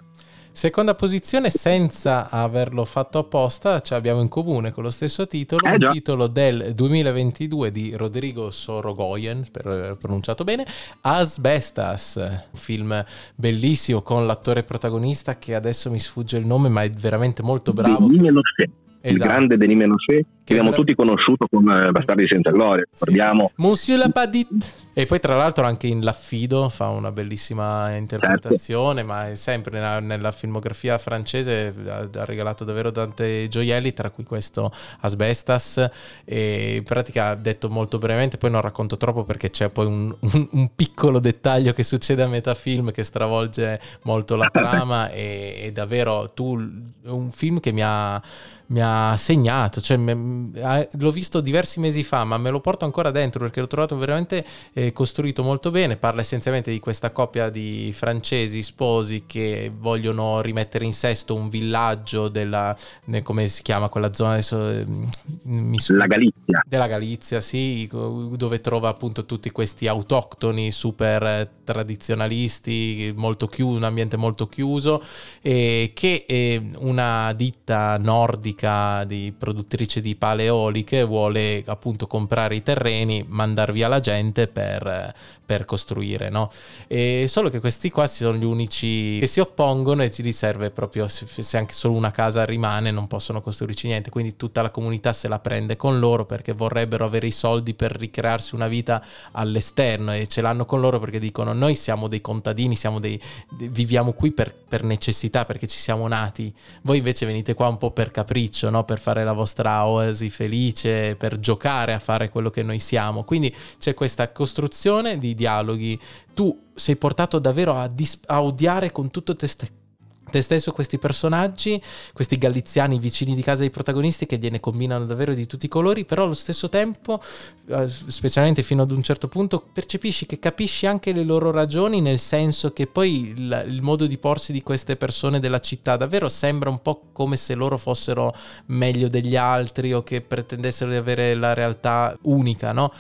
Seconda posizione, senza averlo fatto apposta, ce l'abbiamo in comune con lo stesso titolo, un titolo del 2022 di Rodrigo Sorogoyen, per aver pronunciato bene, Asbestas, un film bellissimo con l'attore protagonista che adesso mi sfugge il nome, ma è veramente molto bravo. Il grande Denis Ménochet, che abbiamo tutti conosciuto con Bastardi senza gloria, ricordiamo. Sì. Monsieur Lapadite. E poi tra l'altro anche in L'Affido fa una bellissima interpretazione, certo. Ma è sempre nella filmografia francese ha regalato davvero tante gioielli, tra cui questo Asbestas, e in pratica, detto molto brevemente, poi non racconto troppo perché c'è poi un piccolo dettaglio che succede a metà film che stravolge molto la trama e davvero un film che mi ha segnato, cioè l'ho visto diversi mesi fa, ma me lo porto ancora dentro perché l'ho trovato veramente costruito molto bene. Parla essenzialmente di questa coppia di francesi sposi che vogliono rimettere in sesto un villaggio della, come si chiama quella zona adesso, la Galizia, della Galizia, sì, dove trova appunto tutti questi autoctoni super tradizionalisti, un ambiente molto chiuso, che una ditta nordica di produttrice di pale eoliche vuole appunto comprare i terreni, mandar via la gente per costruire, no? E solo che questi qua sono gli unici che si oppongono e gli serve proprio, se anche solo una casa rimane non possono costruirci niente, quindi tutta la comunità se la prende con loro perché vorrebbero avere i soldi per ricrearsi una vita all'esterno e ce l'hanno con loro perché dicono: noi siamo dei contadini, viviamo qui per necessità, perché ci siamo nati, voi invece venite qua un po' per capriccio, no? Per fare la vostra oasi felice, per giocare a fare quello che noi siamo. Quindi c'è questa costruzione di dialoghi, tu sei portato davvero a odiare con tutto te stesso questi personaggi, questi galliziani vicini di casa dei protagonisti che gliene combinano davvero di tutti i colori, però allo stesso tempo, specialmente fino ad un certo punto, percepisci che capisci anche le loro ragioni, nel senso che poi il modo di porsi di queste persone della città davvero sembra un po' come se loro fossero meglio degli altri o che pretendessero di avere la realtà unica, no?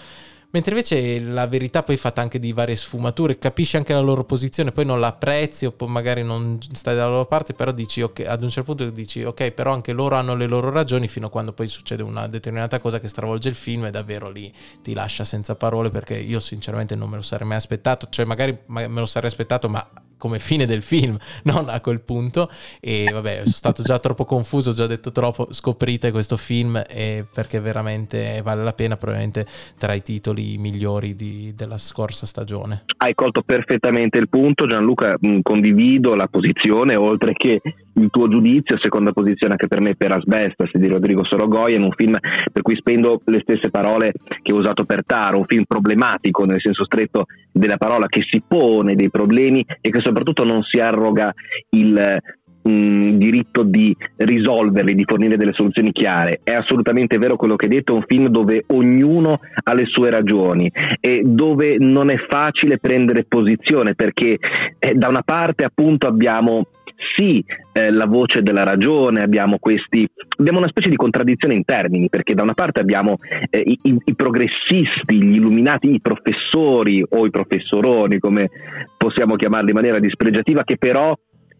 Mentre invece la verità poi fatta anche di varie sfumature, capisci anche la loro posizione, poi non la apprezzi o poi magari non stai dalla loro parte, però dici ok, ad un certo punto dici ok, però anche loro hanno le loro ragioni, fino a quando poi succede una determinata cosa che stravolge il film e davvero lì ti lascia senza parole, perché io sinceramente non me lo sarei mai aspettato, cioè magari me lo sarei aspettato ma come fine del film, non a quel punto. E vabbè, sono stato già troppo confuso, ho già detto troppo, scoprite questo film perché veramente vale la pena, probabilmente tra i titoli migliori della scorsa stagione. Hai colto perfettamente il punto, Gianluca, condivido la posizione, oltre che il tuo giudizio. Seconda posizione anche per me per Asbestas di Rodrigo Sorogoyen, un film per cui spendo le stesse parole che ho usato per Taro, un film problematico nel senso stretto della parola, che si pone dei problemi e che soprattutto non si arroga il diritto di risolverli, di fornire delle soluzioni chiare. È assolutamente vero quello che hai detto, è un film dove ognuno ha le sue ragioni e dove non è facile prendere posizione, perché da una parte appunto abbiamo la voce della ragione, abbiamo una specie di contraddizione in termini, perché da una parte abbiamo i progressisti, gli illuminati, i professori o i professoroni, come possiamo chiamarli in maniera dispregiativa, che però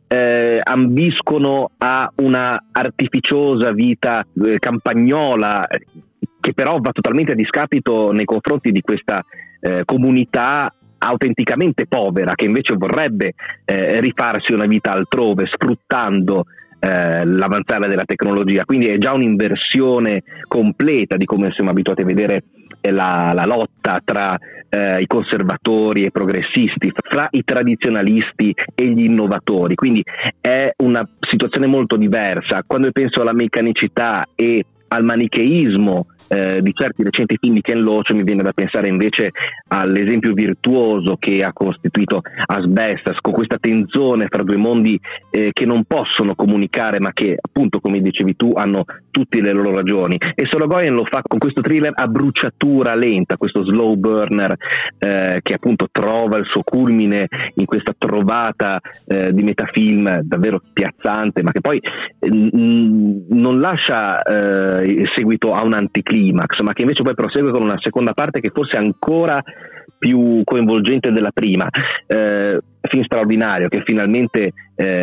ambiscono a una artificiosa vita campagnola, che però va totalmente a discapito nei confronti di questa comunità autenticamente povera, che invece vorrebbe rifarsi una vita altrove sfruttando l'avanzare della tecnologia. Quindi è già un'inversione completa di come siamo abituati a vedere la lotta tra i conservatori e i progressisti, fra i tradizionalisti e gli innovatori. Quindi è una situazione molto diversa. Quando penso alla meccanicità e al manicheismo di certi recenti film di Ken Loach, mi viene da pensare invece all'esempio virtuoso che ha costituito Asbestas, con questa tensione fra due mondi che non possono comunicare, ma che appunto, come dicevi tu, hanno tutte le loro ragioni. E Sorogoyen lo fa con questo thriller a bruciatura lenta, questo slow burner che appunto trova il suo culmine in questa trovata di metafilm davvero piazzante, ma che poi non lascia seguito a un anticlimax, ma che invece poi prosegue con una seconda parte che forse è ancora più coinvolgente della prima. Film straordinario che finalmente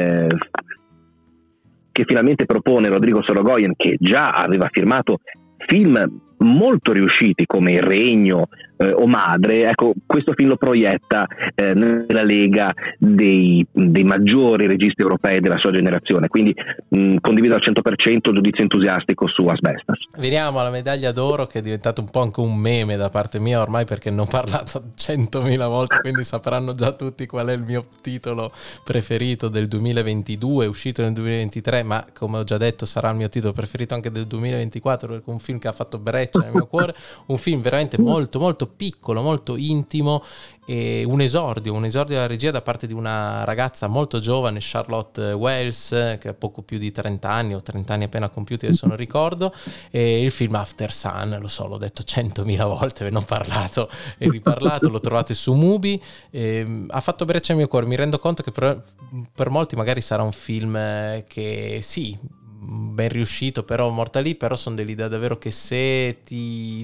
propone Rodrigo Sorogoyen, che già aveva firmato film molto riusciti come Il Regno o Madre. Ecco, questo film lo proietta nella lega dei maggiori registi europei della sua generazione, quindi condivido al 100% il giudizio entusiastico su Asbestas. Veniamo alla medaglia d'oro, che è diventato un po' anche un meme da parte mia ormai, perché ne ho parlato 100.000 volte, quindi sapranno già tutti qual è il mio titolo preferito del 2022, uscito nel 2023, ma come ho già detto sarà il mio titolo preferito anche del 2024, perché è un film che ha fatto breccia nel mio cuore, un film veramente molto molto piccolo, molto intimo, e un esordio alla regia da parte di una ragazza molto giovane, Charlotte Wells, che ha poco più di 30 anni o 30 anni appena compiuti, adesso non ricordo. E il film After Sun, lo so, l'ho detto 100.000 volte, ve ne ho parlato e riparlato, lo trovate su Mubi, ha fatto breccia nel mio cuore. Mi rendo conto che per molti magari sarà un film che sì, ben riuscito, però morta lì, però sono dell'idea davvero che se ti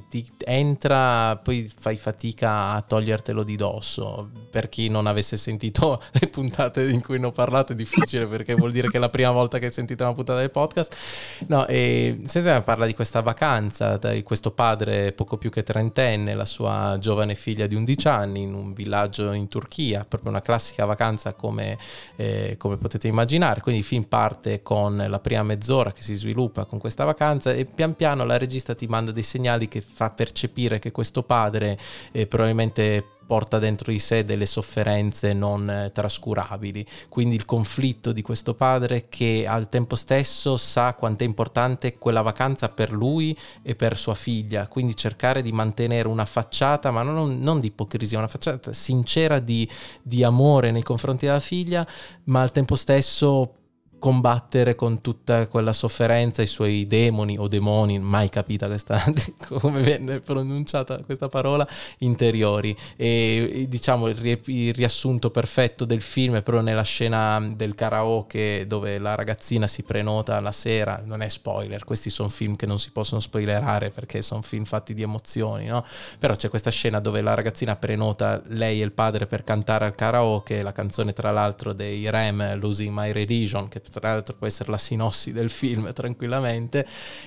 entra poi fai fatica a togliertelo di dosso. Per chi non avesse sentito le puntate in cui ne ho parlato è difficile, perché vuol dire che è la prima volta che hai sentito una puntata del podcast. No, e senza parla di questa vacanza di questo padre poco più che trentenne, la sua giovane figlia di 11 anni in un villaggio in Turchia, proprio una classica vacanza come potete immaginare. Quindi il film parte con la prima mezz'ora che si sviluppa con questa vacanza e pian piano la regista ti manda dei segnali che fa percepire che questo padre probabilmente porta dentro di sé delle sofferenze non trascurabili, quindi il conflitto di questo padre che al tempo stesso sa quanto è importante quella vacanza per lui e per sua figlia, quindi cercare di mantenere una facciata, ma non di ipocrisia, una facciata sincera di amore nei confronti della figlia, ma al tempo stesso combattere con tutta quella sofferenza, i suoi demoni o demoni, mai capita come viene pronunciata questa parola, interiori. E diciamo il riassunto perfetto del film è proprio nella scena del karaoke dove la ragazzina si prenota la sera. Non è spoiler, questi sono film che non si possono spoilerare perché sono film fatti di emozioni, no? Però c'è questa scena dove la ragazzina prenota lei e il padre per cantare al karaoke, la canzone tra l'altro dei Rem, Losing My Religion, che tra l'altro può essere la sinossi del film tranquillamente,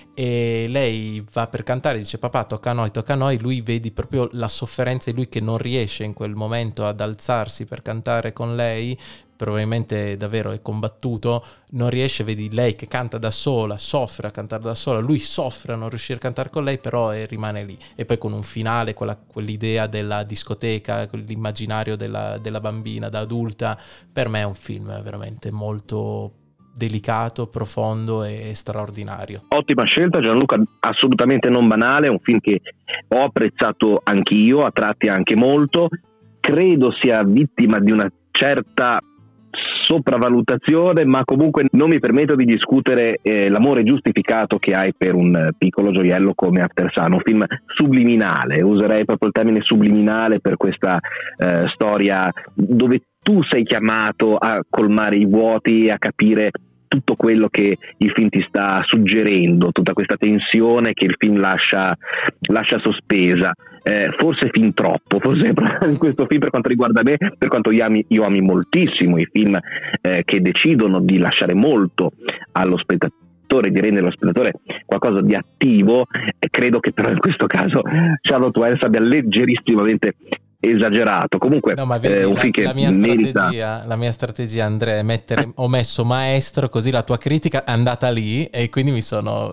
e lei va per cantare, dice papà tocca a noi, lui vedi proprio la sofferenza di lui che non riesce in quel momento ad alzarsi per cantare con lei, probabilmente davvero è combattuto, non riesce, vedi lei che canta da sola, soffre a cantare da sola, lui soffre a non riuscire a cantare con lei, però rimane lì. E poi con un finale, quell'idea della discoteca, quell'immaginario della bambina da adulta, per me è un film veramente molto delicato, profondo e straordinario. Ottima scelta Gianluca, assolutamente non banale, è un film che ho apprezzato anch'io, a tratti anche molto, credo sia vittima di una certa sopravvalutazione, ma comunque non mi permetto di discutere l'amore giustificato che hai per un piccolo gioiello come After Sun, un film subliminale, userei proprio il termine subliminale per questa storia dove tu sei chiamato a colmare i vuoti e a capire tutto quello che il film ti sta suggerendo, tutta questa tensione che il film lascia sospesa, forse fin troppo, forse in questo film per quanto riguarda me, per quanto io ami moltissimo i film che decidono di lasciare molto allo spettatore, di rendere lo spettatore qualcosa di attivo, credo che però in questo caso Charlotte Wells abbia leggerissimamente esagerato. Comunque no, ma vedi, un film che merita... la mia strategia Andrea è ho messo maestro, così la tua critica è andata lì e quindi mi sono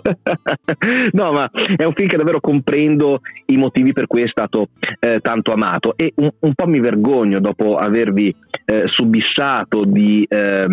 no, ma è un film che davvero comprendo i motivi per cui è stato tanto amato, e un po' mi vergogno dopo avervi subissato di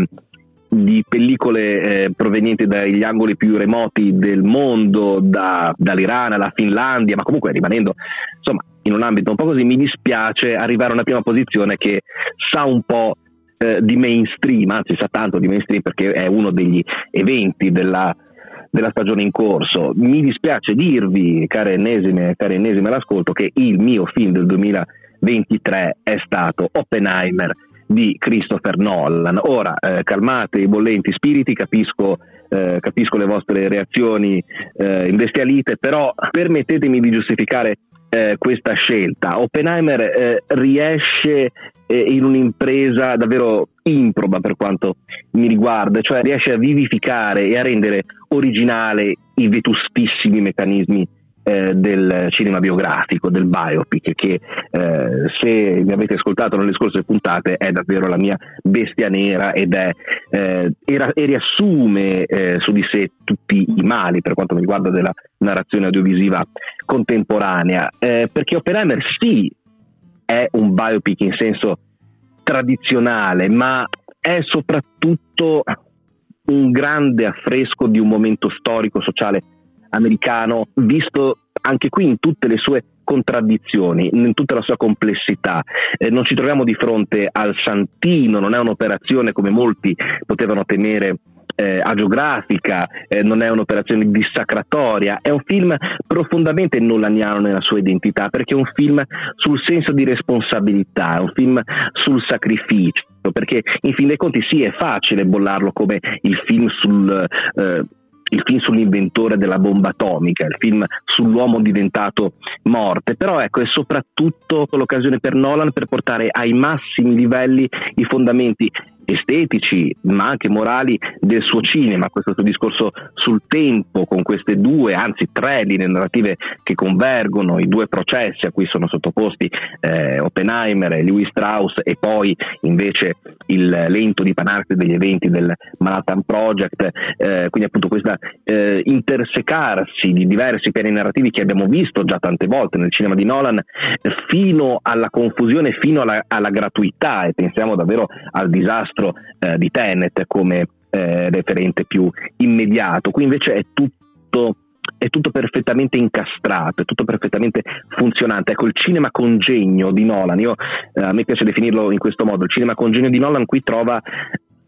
pellicole provenienti dagli angoli più remoti del mondo, dall'Iran alla Finlandia, ma comunque rimanendo insomma in un ambito un po' così, mi dispiace arrivare a una prima posizione che sa un po' di mainstream, anzi sa tanto di mainstream perché è uno degli eventi della stagione in corso. Mi dispiace dirvi, care ennesime all'ascolto, che il mio film del 2023 è stato Oppenheimer di Christopher Nolan. Ora calmate i bollenti spiriti, capisco le vostre reazioni imbestialite, però permettetemi di giustificare questa scelta. Oppenheimer riesce in un'impresa davvero improba per quanto mi riguarda, cioè riesce a vivificare e a rendere originale i vetustissimi meccanismi del cinema biografico, del biopic, che se mi avete ascoltato nelle scorse puntate è davvero la mia bestia nera ed è e riassume su di sé tutti i mali per quanto mi riguarda della narrazione audiovisiva contemporanea, perché Oppenheimer sì è un biopic in senso tradizionale, ma è soprattutto un grande affresco di un momento storico sociale americano, visto anche qui in tutte le sue contraddizioni, in tutta la sua complessità. Non ci troviamo di fronte al santino, non è un'operazione come molti potevano temere agiografica, non è un'operazione dissacratoria, è un film profondamente nolaniano nella sua identità, perché è un film sul senso di responsabilità, è un film sul sacrificio, perché in fin dei conti sì, è facile bollarlo come il film sull'inventore della bomba atomica, il film sull'uomo diventato morte, però ecco, è soprattutto l'occasione per Nolan per portare ai massimi livelli i fondamenti estetici ma anche morali del suo cinema, questo suo discorso sul tempo, con queste due, anzi tre linee narrative che convergono, i due processi a cui sono sottoposti Oppenheimer e Lewis Strauss, e poi invece il lento dipanarsi degli eventi del Manhattan Project, quindi appunto questa intersecarsi di diversi piani narrativi che abbiamo visto già tante volte nel cinema di Nolan, fino alla confusione, fino alla gratuità, e pensiamo davvero al disastro di Tenet come referente più immediato. Qui invece è tutto perfettamente incastrato, è tutto perfettamente funzionante. Ecco, il cinema congegno di Nolan, a me piace definirlo in questo modo, il cinema congegno di Nolan qui trova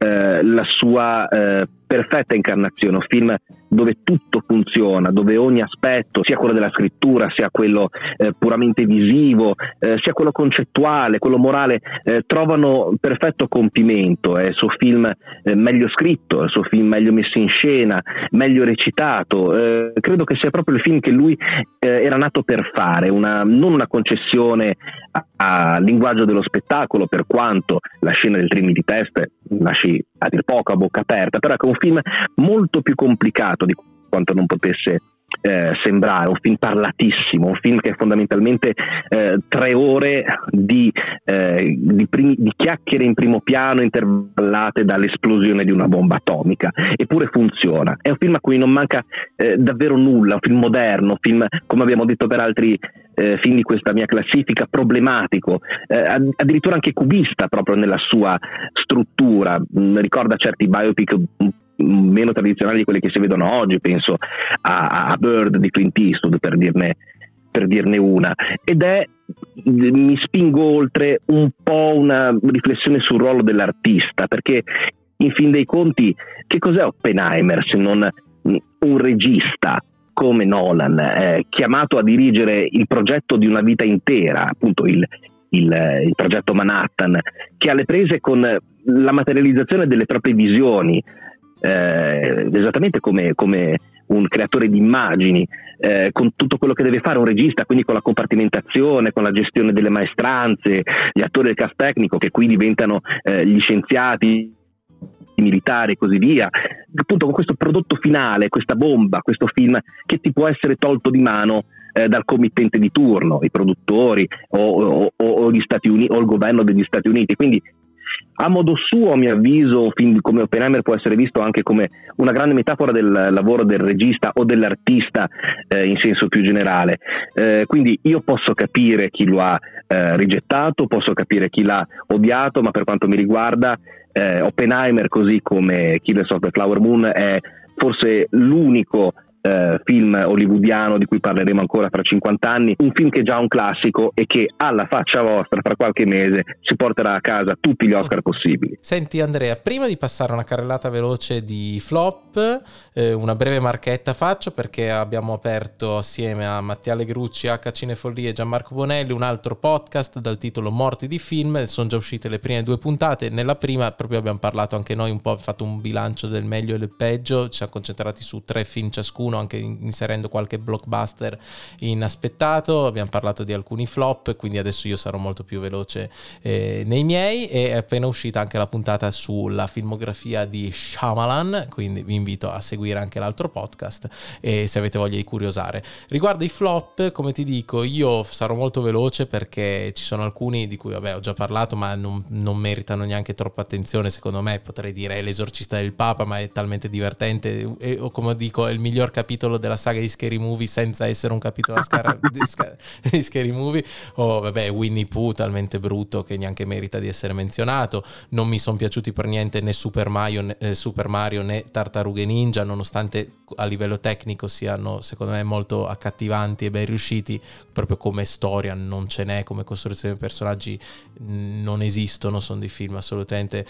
la sua perfetta incarnazione, un film dove tutto funziona, dove ogni aspetto, sia quello della scrittura, sia quello puramente visivo, sia quello concettuale, quello morale, trovano perfetto compimento. È il suo film meglio scritto, è il suo film meglio messo in scena, meglio recitato. Credo che sia proprio il film che lui era nato per fare, non una concessione al linguaggio dello spettacolo, per quanto la scena del Trinity di Peste lasci a dir poco a bocca aperta, però è un film molto più complicato di quanto non potesse sembrare, un film parlatissimo, un film che è fondamentalmente 3 ore di chiacchiere in primo piano intervallate dall'esplosione di una bomba atomica, eppure funziona. È un film a cui non manca davvero nulla, un film moderno, un film, come abbiamo detto per altri film di questa mia classifica, problematico, addirittura anche cubista proprio nella sua struttura. Ricorda certi biopic meno tradizionali di quelli che si vedono oggi, penso a Bird di Clint Eastwood, per dirne una, ed mi spingo oltre un po' una riflessione sul ruolo dell'artista, perché in fin dei conti che cos'è Oppenheimer se non un regista come Nolan, chiamato a dirigere il progetto di una vita intera, appunto il progetto Manhattan, che ha le prese con la materializzazione delle proprie visioni, esattamente come un creatore di immagini, con tutto quello che deve fare un regista, quindi con la compartimentazione, con la gestione delle maestranze, gli attori del cast tecnico che qui diventano gli scienziati, i militari e così via, appunto con questo prodotto finale, questa bomba, questo film che ti può essere tolto di mano dal committente di turno, i produttori o gli Stati Uniti o il governo degli Stati Uniti. Quindi a modo suo, a mio avviso, un film come Oppenheimer può essere visto anche come una grande metafora del lavoro del regista o dell'artista in senso più generale. Quindi io posso capire chi lo ha rigettato, posso capire chi l'ha odiato, ma per quanto mi riguarda Oppenheimer, così come Killers of the Flower Moon, è forse l'unico film hollywoodiano di cui parleremo ancora fra 50 anni, un film che è già un classico e che alla faccia vostra fra qualche mese si porterà a casa tutti gli Oscar possibili. Senti Andrea, prima di passare una carrellata veloce di flop, una breve marchetta faccio, perché abbiamo aperto assieme a Mattia Legrucci, H Cinefollia e Gianmarco Bonelli un altro podcast dal titolo Morti di film. Sono già uscite le prime 2 puntate. Nella prima proprio abbiamo parlato anche noi un po', fatto un bilancio del meglio e del peggio, ci siamo concentrati su 3 film ciascuno, anche inserendo qualche blockbuster inaspettato. Abbiamo parlato di alcuni flop, quindi adesso io sarò molto più veloce nei miei. È appena uscita anche la puntata sulla filmografia di Shyamalan, quindi vi invito a seguire anche l'altro podcast e se avete voglia di curiosare. Riguardo i flop, come ti dico, io sarò molto veloce perché ci sono alcuni di cui ho già parlato, ma non meritano neanche troppa attenzione secondo me. Potrei dire L'esorcista del Papa, ma è talmente divertente, o come dico, è il miglior capitolo della saga di Scary Movie senza essere un capitolo di Scary Movie. O Winnie Pooh, talmente brutto che neanche merita di essere menzionato. Non mi sono piaciuti per niente né Super Mario né Tartarughe Ninja, nonostante a livello tecnico siano secondo me molto accattivanti e ben riusciti. Proprio come storia non ce n'è, come costruzione dei personaggi non esistono, sono dei film assolutamente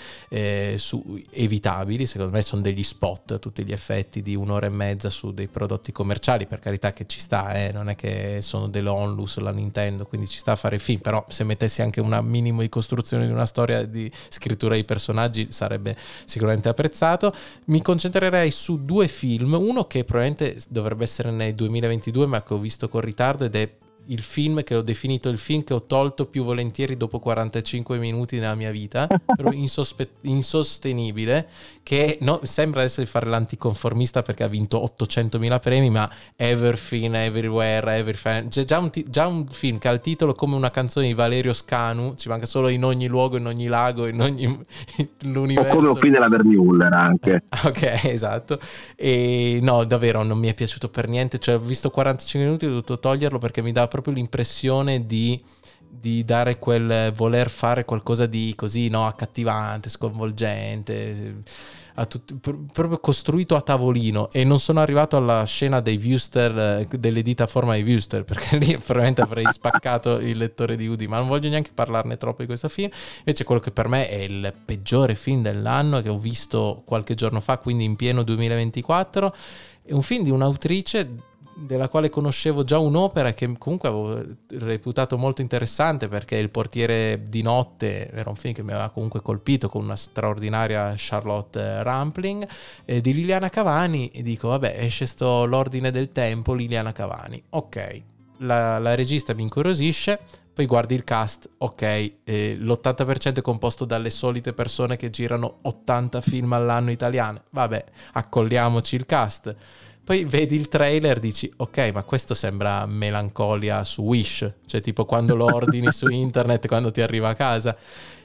evitabili. Secondo me sono degli spot a tutti gli effetti di 1 ora e mezza su dei prodotti commerciali, per carità, che ci sta, non è che sono dell'Onlus, la Nintendo, quindi ci sta a fare film, però se mettessi anche un minimo di costruzione di una storia, di scrittura dei personaggi, sarebbe sicuramente apprezzato. Mi concentrerei su 2 film, uno che probabilmente dovrebbe essere nel 2022 ma che ho visto con ritardo, ed è il film che ho definito il film che ho tolto più volentieri dopo 45 minuti nella mia vita, insostenibile, che sembra adesso di fare l'anticonformista perché ha vinto 800.000 premi, ma Everything Everywhere Everything, c'è già un film che ha il titolo come una canzone di Valerio Scanu, ci manca solo In ogni luogo, in ogni lago, in ogni l'universo, o come un film della Verdi Muller anche. Ok, esatto. E no, davvero non mi è piaciuto per niente, cioè ho visto 45 minuti e ho dovuto toglierlo perché mi dà proprio l'impressione di di dare quel voler fare qualcosa di così, no, accattivante, sconvolgente, proprio costruito a tavolino, e non sono arrivato alla scena dei Wüster, delle dita a forma di Wüster, perché lì probabilmente avrei spaccato il lettore di Woody, ma non voglio neanche parlarne troppo di questo film. Invece quello che per me è il peggiore film dell'anno, che ho visto qualche giorno fa, quindi in pieno 2024, è un film di un'autrice della quale conoscevo già un'opera che comunque avevo reputato molto interessante, perché Il portiere di notte era un film che mi aveva comunque colpito, con una straordinaria Charlotte Rampling, di Liliana Cavani, e dico vabbè, esce sto L'ordine del tempo, Liliana Cavani, ok, la regista mi incuriosisce. Poi guardi il cast, ok, l'80% è composto dalle solite persone che girano 80 film all'anno italiane, vabbè, accolliamoci il cast. Poi vedi il trailer, dici ok, ma questo sembra Melancolia su Wish, cioè tipo quando lo ordini su internet, quando ti arriva a casa.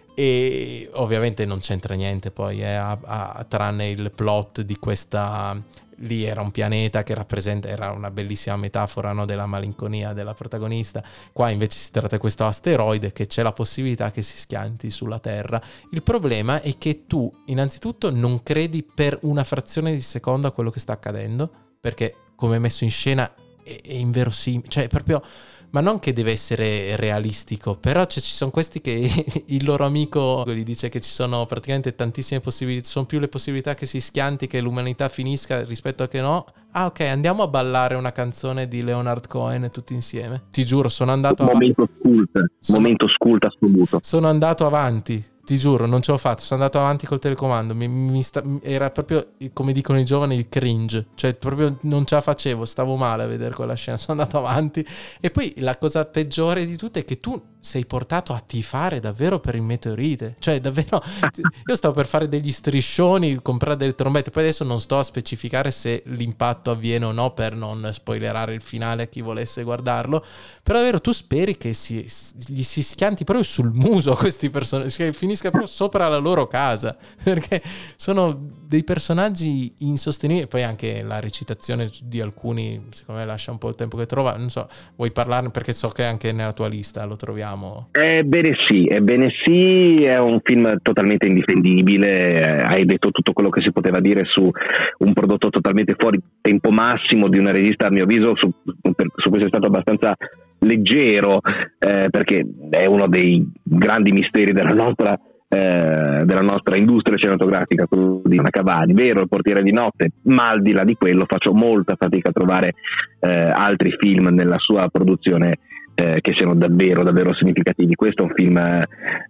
E ovviamente non c'entra niente poi, tranne il plot di questa... Lì era un pianeta che era una bellissima metafora, no, della malinconia della protagonista. Qua invece si tratta di questo asteroide che c'è la possibilità che si schianti sulla Terra. Il problema è che tu innanzitutto non credi per una frazione di secondo a quello che sta accadendo, perché come è messo in scena è inverosimile, cioè proprio... Ma non che deve essere realistico, però ci sono questi che il loro amico gli dice che ci sono praticamente tantissime possibilità, sono più le possibilità che si schianti, che l'umanità finisca rispetto a che no. Ah ok, andiamo a ballare una canzone di Leonard Cohen tutti insieme. Ti giuro, sono andato avanti. Momento scult assoluto. Sono andato avanti. Ti giuro, non ce l'ho fatto, sono andato avanti col telecomando, era proprio, come dicono i giovani, il cringe, cioè proprio non ce la facevo, stavo male a vedere quella scena, sono andato avanti. E poi la cosa peggiore di tutto è che tu sei portato a tifare davvero per il meteorite, cioè davvero, io stavo per fare degli striscioni, comprare delle trombette, poi adesso non sto a specificare se l'impatto avviene o no per non spoilerare il finale a chi volesse guardarlo, però davvero tu speri che gli si schianti proprio sul muso a questi personaggi, che finisca proprio sopra la loro casa, perché sono dei personaggi insostenibili. Poi anche la recitazione di alcuni secondo me lascia un po' il tempo che trova. Non so, vuoi parlarne, perché so che anche nella tua lista lo troviamo. Ebbene sì, è un film totalmente indifendibile, hai detto tutto quello che si poteva dire su un prodotto totalmente fuori tempo massimo di una regista, a mio avviso su questo è stato abbastanza leggero, perché è uno dei grandi misteri della nostra industria cinematografica, quello di Liliana Cavani. Vero, Il portiere di notte, ma al di là di quello faccio molta fatica a trovare altri film nella sua produzione che siano davvero davvero significativi. Questo è un film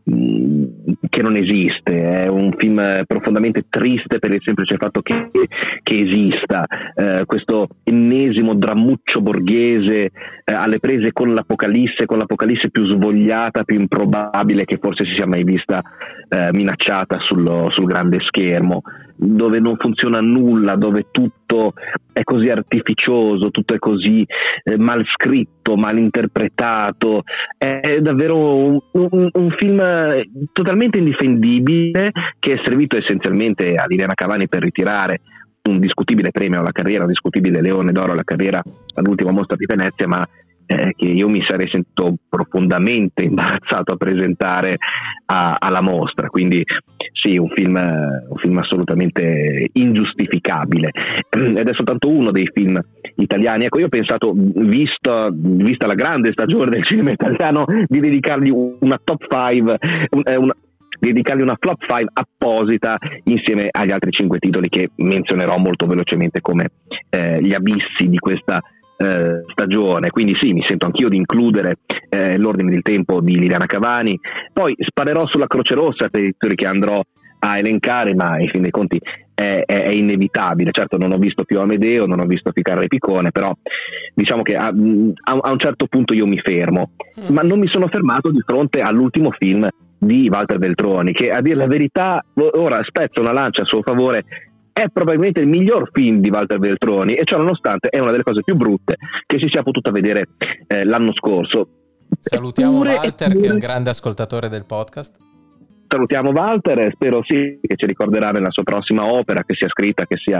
che non esiste, è un film profondamente triste per il semplice fatto che esista, questo ennesimo drammuccio borghese alle prese con l'apocalisse più svogliata, più improbabile che forse si sia mai vista minacciata sul grande schermo, dove non funziona nulla, dove tutto è così artificioso, tutto è così mal scritto, mal interpretato. È davvero un film totalmente indifendibile, che è servito essenzialmente a Liliana Cavani per ritirare un discutibile premio alla carriera, un discutibile Leone d'Oro alla carriera all'ultima mostra di Venezia, ma che io mi sarei sentito profondamente imbarazzato a presentare alla mostra. Quindi sì, un film assolutamente ingiustificabile, ed è soltanto uno dei film italiani. Ecco, io ho pensato, vista la grande stagione del cinema italiano, di dedicargli una top 5, dedicargli una flop 5 apposita insieme agli altri 5 titoli che menzionerò molto velocemente come gli abissi di questa stagione. Quindi sì, mi sento anch'io di includere L'ordine del tempo di Liliana Cavani, poi sparerò sulla Croce Rossa per i titoli che andrò a elencare, ma in fin dei conti è inevitabile. Certo, non ho visto più Amedeo, non ho visto Ficarra e Piccone, però diciamo che a un certo punto io mi fermo, ma non mi sono fermato di fronte all'ultimo film di Walter Veltroni, che a dire la verità, ora spezzo una lancia a suo favore, è probabilmente il miglior film di Walter Veltroni, e ciò nonostante è una delle cose più brutte che si sia potuta vedere l'anno scorso. Salutiamo Walter, che è un grande ascoltatore del podcast. Salutiamo Walter, spero sì che ci ricorderà nella sua prossima opera, che sia scritta, che sia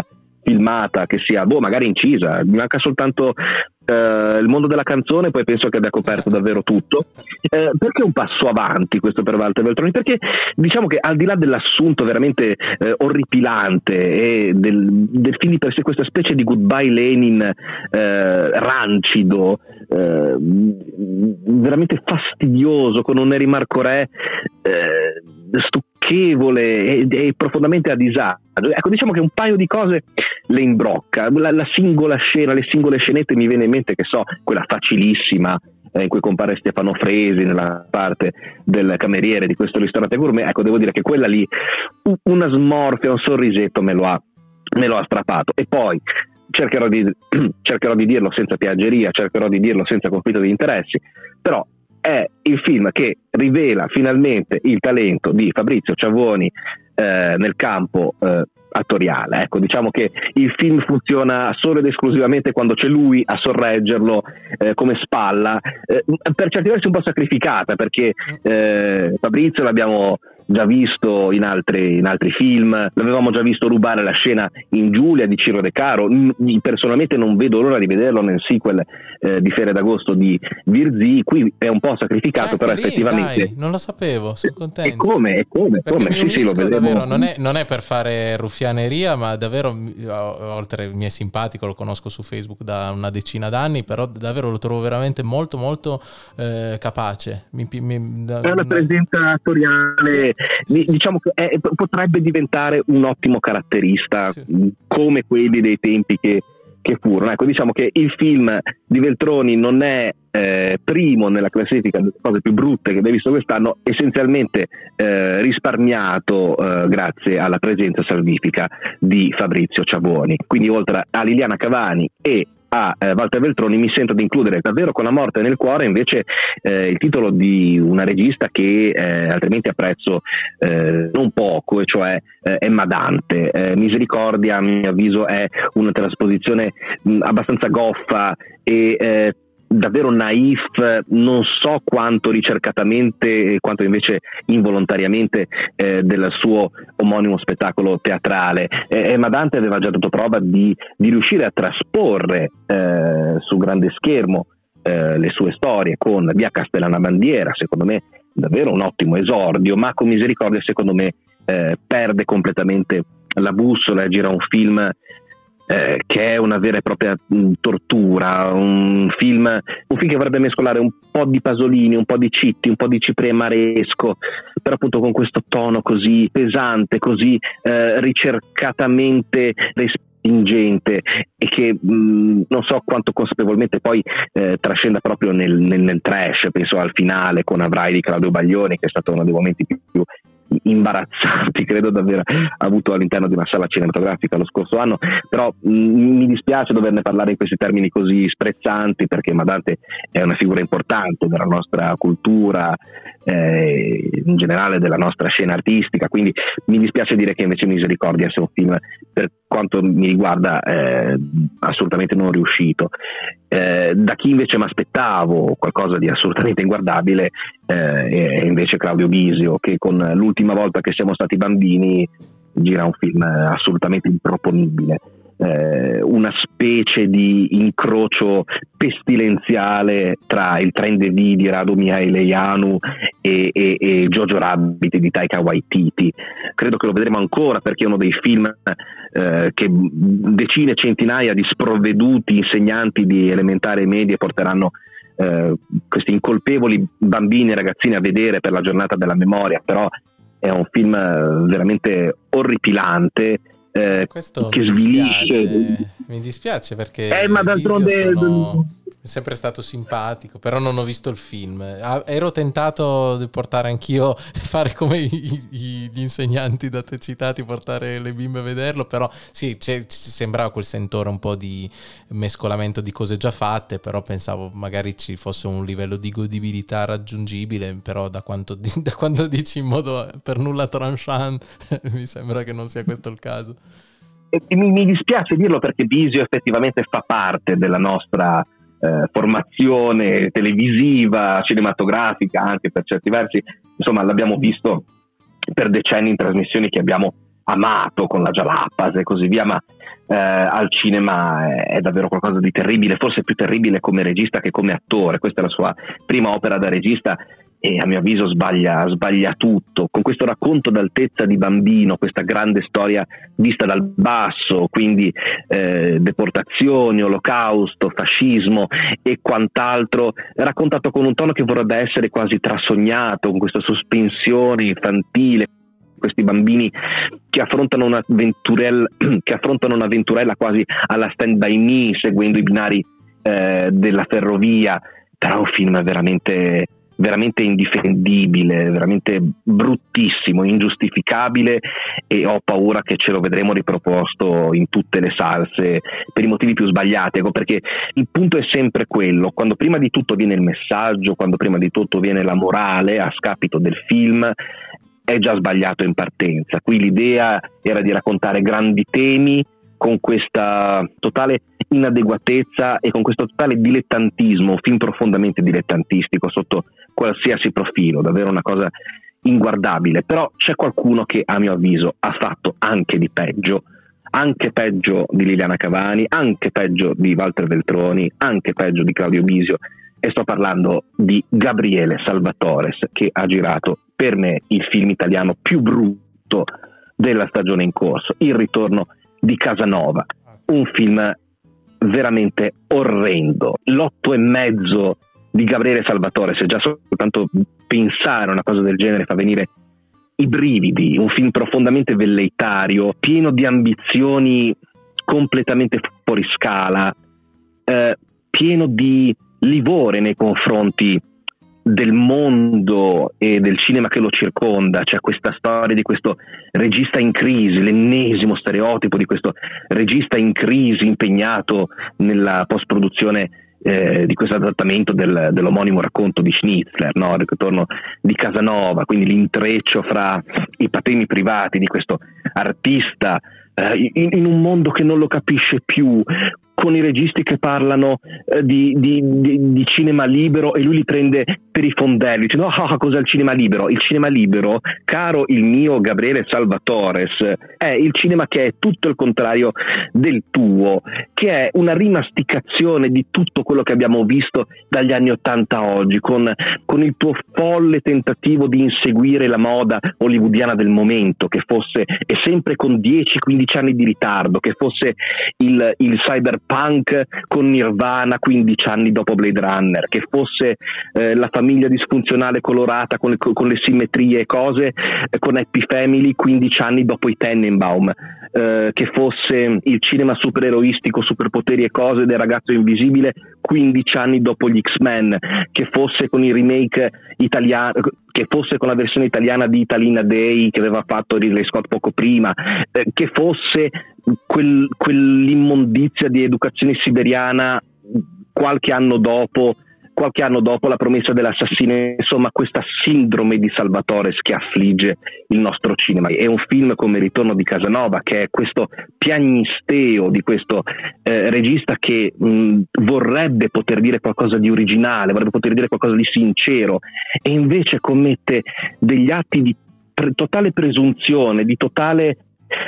filmata, che sia magari incisa, mi manca soltanto il mondo della canzone, poi penso che abbia coperto davvero tutto. Perché un passo avanti questo per Walter Veltroni? Perché diciamo che al di là dell'assunto veramente orripilante e del film di per sé, questa specie di Goodbye Lenin rancido, veramente fastidioso, con un Eri Marcorè stucchevole e profondamente a disagio. Ecco, diciamo che un paio di cose le imbrocca. La singola scena, le singole scenette, mi viene in mente, che so, quella facilissima in cui compare Stefano Fresi nella parte del cameriere di questo ristorante gourmet. Ecco, devo dire che quella lì, una smorfia, un sorrisetto me lo ha strappato. E poi cercherò di dirlo senza piaggeria, cercherò di dirlo senza conflitto di interessi, però è il film che rivela finalmente il talento di Fabrizio Ciavoni nel campo attoriale. Ecco, diciamo che il film funziona solo ed esclusivamente quando c'è lui a sorreggerlo come spalla, per certi versi un po' sacrificata, perché Fabrizio l'abbiamo già visto in altri film, l'avevamo già visto rubare la scena in Giulia di Ciro De Caro. Personalmente non vedo l'ora di vederlo nel sequel di Fiere d'Agosto di Virzì. Qui è un po' sacrificato, però lì, effettivamente dai, non lo sapevo, sono contento. E come? Sì, lo vedremo. Davvero, non è per fare ruffianeria, ma davvero, oltre mi è simpatico, lo conosco su Facebook da una decina d'anni, però davvero lo trovo veramente molto molto capace. È una presenza attoriale, sì. Diciamo che potrebbe diventare un ottimo caratterista, sì, come quelli dei tempi che furono. Ecco, diciamo che il film di Veltroni non è primo nella classifica delle cose più brutte che abbiamo visto quest'anno, essenzialmente risparmiato grazie alla presenza salvifica di Fabrizio Ciavoni. Quindi oltre a Liliana Cavani e a Walter Veltroni mi sento di includere davvero con la morte nel cuore invece il titolo di una regista che altrimenti apprezzo non poco, e cioè Emma Dante. Misericordia, a mio avviso, è una trasposizione abbastanza goffa e davvero naif, non so quanto ricercatamente e quanto invece involontariamente del suo omonimo spettacolo teatrale. Emma Dante aveva già dato prova di riuscire a trasporre su grande schermo le sue storie con Via Castellana Bandiera, secondo me davvero un ottimo esordio, ma con Misericordia secondo me perde completamente la bussola e gira un film che è una vera e propria tortura, un film che vorrebbe mescolare un po' di Pasolini, un po' di Citti, un po' di Cipriani Maresco, però appunto con questo tono così pesante, così ricercatamente respingente, e che non so quanto consapevolmente poi trascenda proprio nel trash. Penso al finale con Avrai di Claudio Baglioni, che è stato uno dei momenti più imbarazzanti credo davvero avuto all'interno di una sala cinematografica lo scorso anno. Però mi dispiace doverne parlare in questi termini così sprezzanti, perché Madante è una figura importante della nostra cultura, in generale della nostra scena artistica, quindi mi dispiace dire che invece Misericordia sia un film, per quanto mi riguarda, assolutamente non riuscito. Da chi invece mi aspettavo qualcosa di assolutamente inguardabile è invece Claudio Bisio, che con L'ultima volta che siamo stati bambini gira un film assolutamente improponibile, una specie di incrocio pestilenziale tra il Tren de Vie di Radu Mihaileyanu e Jojo Rabbit di Taika Waititi. Credo che lo vedremo ancora, perché è uno dei film che decine, centinaia di sprovveduti insegnanti di elementari e medie porteranno questi incolpevoli bambini e ragazzini a vedere per la giornata della memoria. Però è un film veramente orripilante, questo che mi dispiace perché ma d'altronde è sempre stato simpatico, però non ho visto il film. Ero tentato di portare anch'io, fare come gli insegnanti da te citati, portare le bimbe a vederlo, però sì, sembrava quel sentore un po' di mescolamento di cose già fatte, però pensavo magari ci fosse un livello di godibilità raggiungibile, però da quanto dici in modo per nulla tranchant mi sembra che non sia questo il caso. E mi dispiace dirlo, perché Bisio effettivamente fa parte della nostra formazione televisiva, cinematografica, anche per certi versi. Insomma, l'abbiamo visto per decenni in trasmissioni che abbiamo amato con la Jalapas e così via, ma al cinema è davvero qualcosa di terribile, forse più terribile come regista che come attore. Questa è la sua prima opera da regista e a mio avviso sbaglia tutto, con questo racconto d'altezza di bambino, questa grande storia vista dal basso, quindi deportazioni, olocausto, fascismo e quant'altro, raccontato con un tono che vorrebbe essere quasi trasognato, con questa sospensione infantile, questi bambini che affrontano un'avventurella quasi alla Stand By Me, seguendo i binari della ferrovia. Però è un film veramente indifendibile, veramente bruttissimo, ingiustificabile, e ho paura che ce lo vedremo riproposto in tutte le salse per i motivi più sbagliati. Ecco perché il punto è sempre quello: quando prima di tutto viene il messaggio, quando prima di tutto viene la morale a scapito del film, è già sbagliato in partenza. Qui l'idea era di raccontare grandi temi con questa totale inadeguatezza e con questo totale dilettantismo, un film profondamente dilettantistico sotto qualsiasi profilo, davvero una cosa inguardabile. Però c'è qualcuno che a mio avviso ha fatto anche di peggio, anche peggio di Liliana Cavani, anche peggio di Walter Veltroni, anche peggio di Claudio Bisio, e sto parlando di Gabriele Salvatores, che ha girato per me il film italiano più brutto della stagione in corso, Il ritorno di Casanova, un film veramente orrendo. L'8,5 di Gabriele Salvatore, se già soltanto pensare a una cosa del genere fa venire i brividi, un film profondamente velleitario, pieno di ambizioni completamente fuori scala, pieno di livore nei confronti del mondo e del cinema che lo circonda. C'è questa storia di questo regista in crisi, l'ennesimo stereotipo di questo regista in crisi impegnato nella post-produzione di questo adattamento dell'omonimo racconto di Schnitzler, no? Il ritorno di Casanova, quindi l'intreccio fra i patemi privati di questo artista in un mondo che non lo capisce più, con i registi che parlano di cinema libero e lui li prende per i fondelli, dicendo cos'è il cinema libero? Il cinema libero, caro il mio Gabriele Salvatores, è il cinema che è tutto il contrario del tuo, che è una rimasticazione di tutto quello che abbiamo visto dagli anni '80 a oggi, con il tuo folle tentativo di inseguire la moda hollywoodiana del momento, che fosse, e sempre con 10-15 anni di ritardo, che fosse il cyberpunk con Nirvana 15 anni dopo Blade Runner, che fosse la famiglia disfunzionale colorata con le simmetrie e cose con Happy Family 15 anni dopo i Tenenbaum, che fosse il cinema supereroistico, superpoteri e cose del Ragazzo Invisibile 15 anni dopo gli X-Men, che fosse con il remake italiano, che fosse con la versione italiana di Italina Day che aveva fatto Ridley Scott poco prima, che fosse quell'immondizia di Educazione siberiana qualche anno dopo La promessa dell'assassino. Insomma, questa sindrome di Salvatores che affligge il nostro cinema. È un film come Il ritorno di Casanova, che è questo piagnisteo di questo regista che vorrebbe poter dire qualcosa di originale, vorrebbe poter dire qualcosa di sincero, e invece commette degli atti di totale presunzione, di totale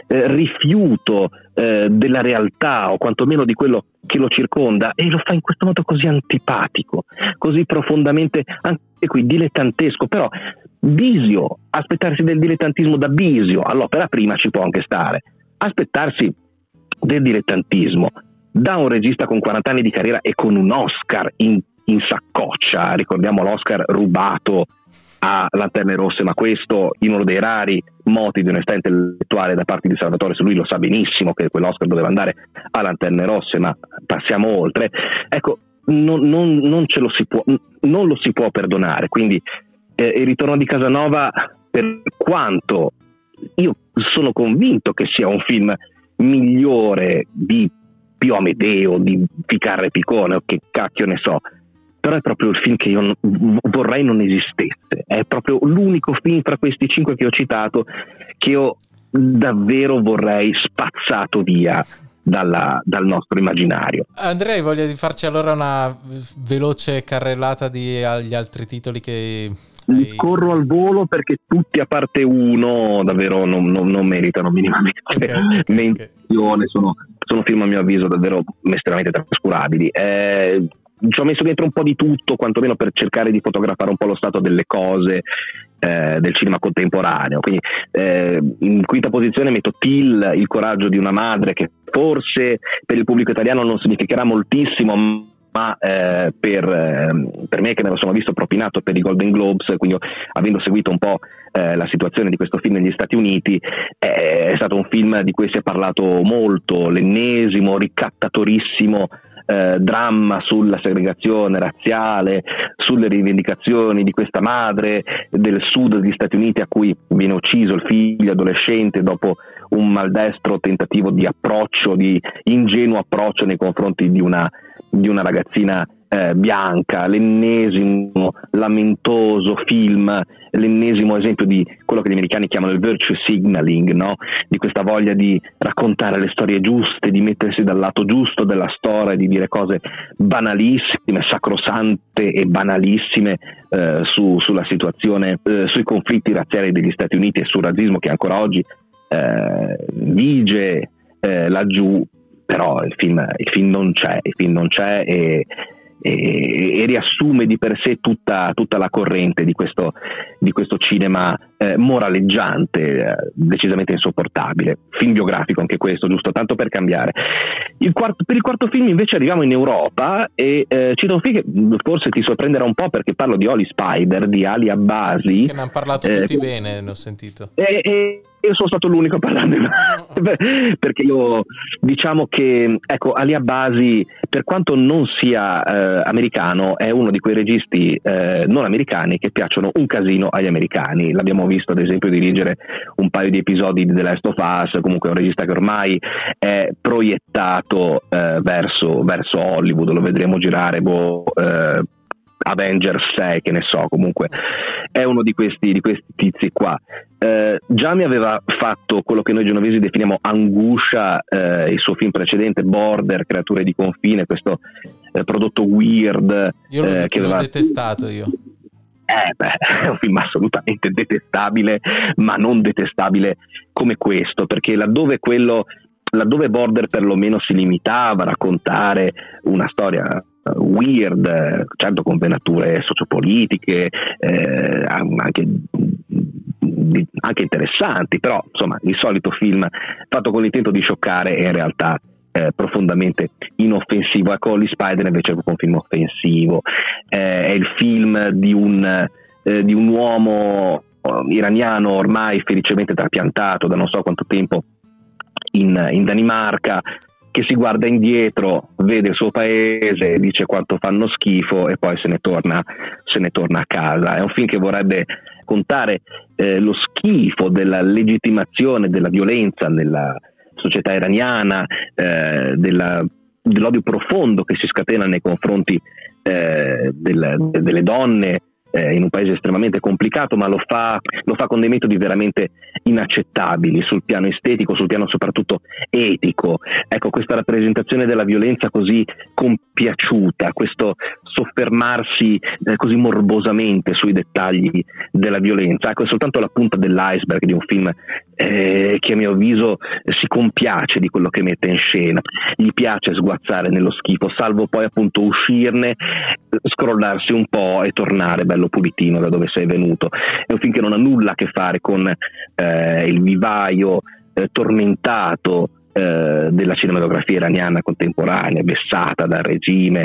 rifiuto della realtà, o quantomeno di quello che lo circonda, e lo fa in questo modo così antipatico, così profondamente, anche qui, dilettantesco. Però Bisio, aspettarsi del dilettantismo da Bisio all'opera prima ci può anche stare, aspettarsi del dilettantismo da un regista con 40 anni di carriera e con un Oscar in saccoccia, ricordiamo l'Oscar rubato a Lanterne Rosse, ma questo in uno dei rari moti di onestà intellettuale da parte di Salvatore. Lui lo sa benissimo che quell'Oscar doveva andare a Lanterne Rosse, ma passiamo oltre. Ecco, non lo si può perdonare. Quindi Il ritorno di Casanova, per quanto io sono convinto che sia un film migliore di Pio Amedeo, di Ficarra Picone, o che cacchio ne so, però è proprio il film che io vorrei non esistesse. È proprio l'unico film fra questi 5 che ho citato che io davvero vorrei spazzato via dal nostro immaginario. Andrei, voglio farci allora una veloce carrellata agli altri titoli che corro al volo perché tutti a parte uno davvero non meritano minimamente menzione. Sono film a mio avviso davvero estremamente trascurabili. Ci ho messo dentro un po' di tutto, quantomeno per cercare di fotografare un po' lo stato delle cose del cinema contemporaneo. Quindi in quinta posizione metto Till, Il coraggio di una madre, che forse per il pubblico italiano non significherà moltissimo, ma per me, che me lo sono visto propinato per i Golden Globes, quindi avendo seguito un po' la situazione di questo film negli Stati Uniti, è stato un film di cui si è parlato molto, l'ennesimo ricattatorissimo dramma sulla segregazione razziale, sulle rivendicazioni di questa madre del sud degli Stati Uniti a cui viene ucciso il figlio adolescente dopo un maldestro tentativo di approccio, di ingenuo approccio nei confronti di una ragazzina bianca. L'ennesimo lamentoso film, l'ennesimo esempio di quello che gli americani chiamano il virtue signaling, no? Di questa voglia di raccontare le storie giuste, di mettersi dal lato giusto della storia, di dire cose banalissime, sacrosante e banalissime sulla situazione, sui conflitti razziali degli Stati Uniti e sul razzismo che ancora oggi vige laggiù. Però il film non c'è e riassume di per sé tutta la corrente di questo cinema moraleggiante, decisamente insopportabile. Film biografico anche questo, giusto tanto per cambiare. Per il quarto film invece arriviamo in Europa e cito un film che forse ti sorprenderà un po', perché parlo di Holy Spider di Ali Abbasi, che ne hanno parlato tutti bene, ne ho sentito. Io sono stato l'unico a parlarne perché io, diciamo che, ecco, Ali Abbasi, per quanto non sia americano, è uno di quei registi non americani che piacciono un casino agli americani. L'abbiamo visto ad esempio dirigere un paio di episodi di The Last of Us. Comunque è un regista che ormai è proiettato verso Hollywood, lo vedremo girare Avengers 6, che ne so. Comunque è uno di questi tizi qua. Già mi aveva fatto quello che noi genovesi definiamo anguscia, il suo film precedente Border, Creature di confine, questo prodotto weird. Io l'ho detestato io. È un film assolutamente detestabile, ma non detestabile come questo, perché laddove Border perlomeno si limitava a raccontare una storia weird, certo con venature sociopolitiche, anche interessanti, però insomma il solito film fatto con l'intento di scioccare è in realtà profondamente inoffensivo. Ecco, Holy Spider invece è proprio un film offensivo, è il film di un uomo iraniano ormai felicemente trapiantato da non so quanto tempo in Danimarca, che si guarda indietro, vede il suo paese, dice quanto fanno schifo e poi se ne torna a casa. È un film che vorrebbe contare lo schifo della legittimazione della violenza nella società iraniana, dell'odio profondo che si scatena nei confronti delle donne in un paese estremamente complicato, ma lo fa con dei metodi veramente inaccettabili sul piano estetico, sul piano soprattutto etico. Ecco, questa rappresentazione della violenza così compiaciuta, questo soffermarsi così morbosamente sui dettagli della violenza, ecco, è soltanto la punta dell'iceberg di un film che a mio avviso si compiace di quello che mette in scena, gli piace sguazzare nello schifo, salvo poi appunto uscirne, scrollarsi un po' e tornare bello pulitino da dove sei venuto. È un film che non ha nulla a che fare con il vivaio tormentato della cinematografia iraniana contemporanea, vessata dal regime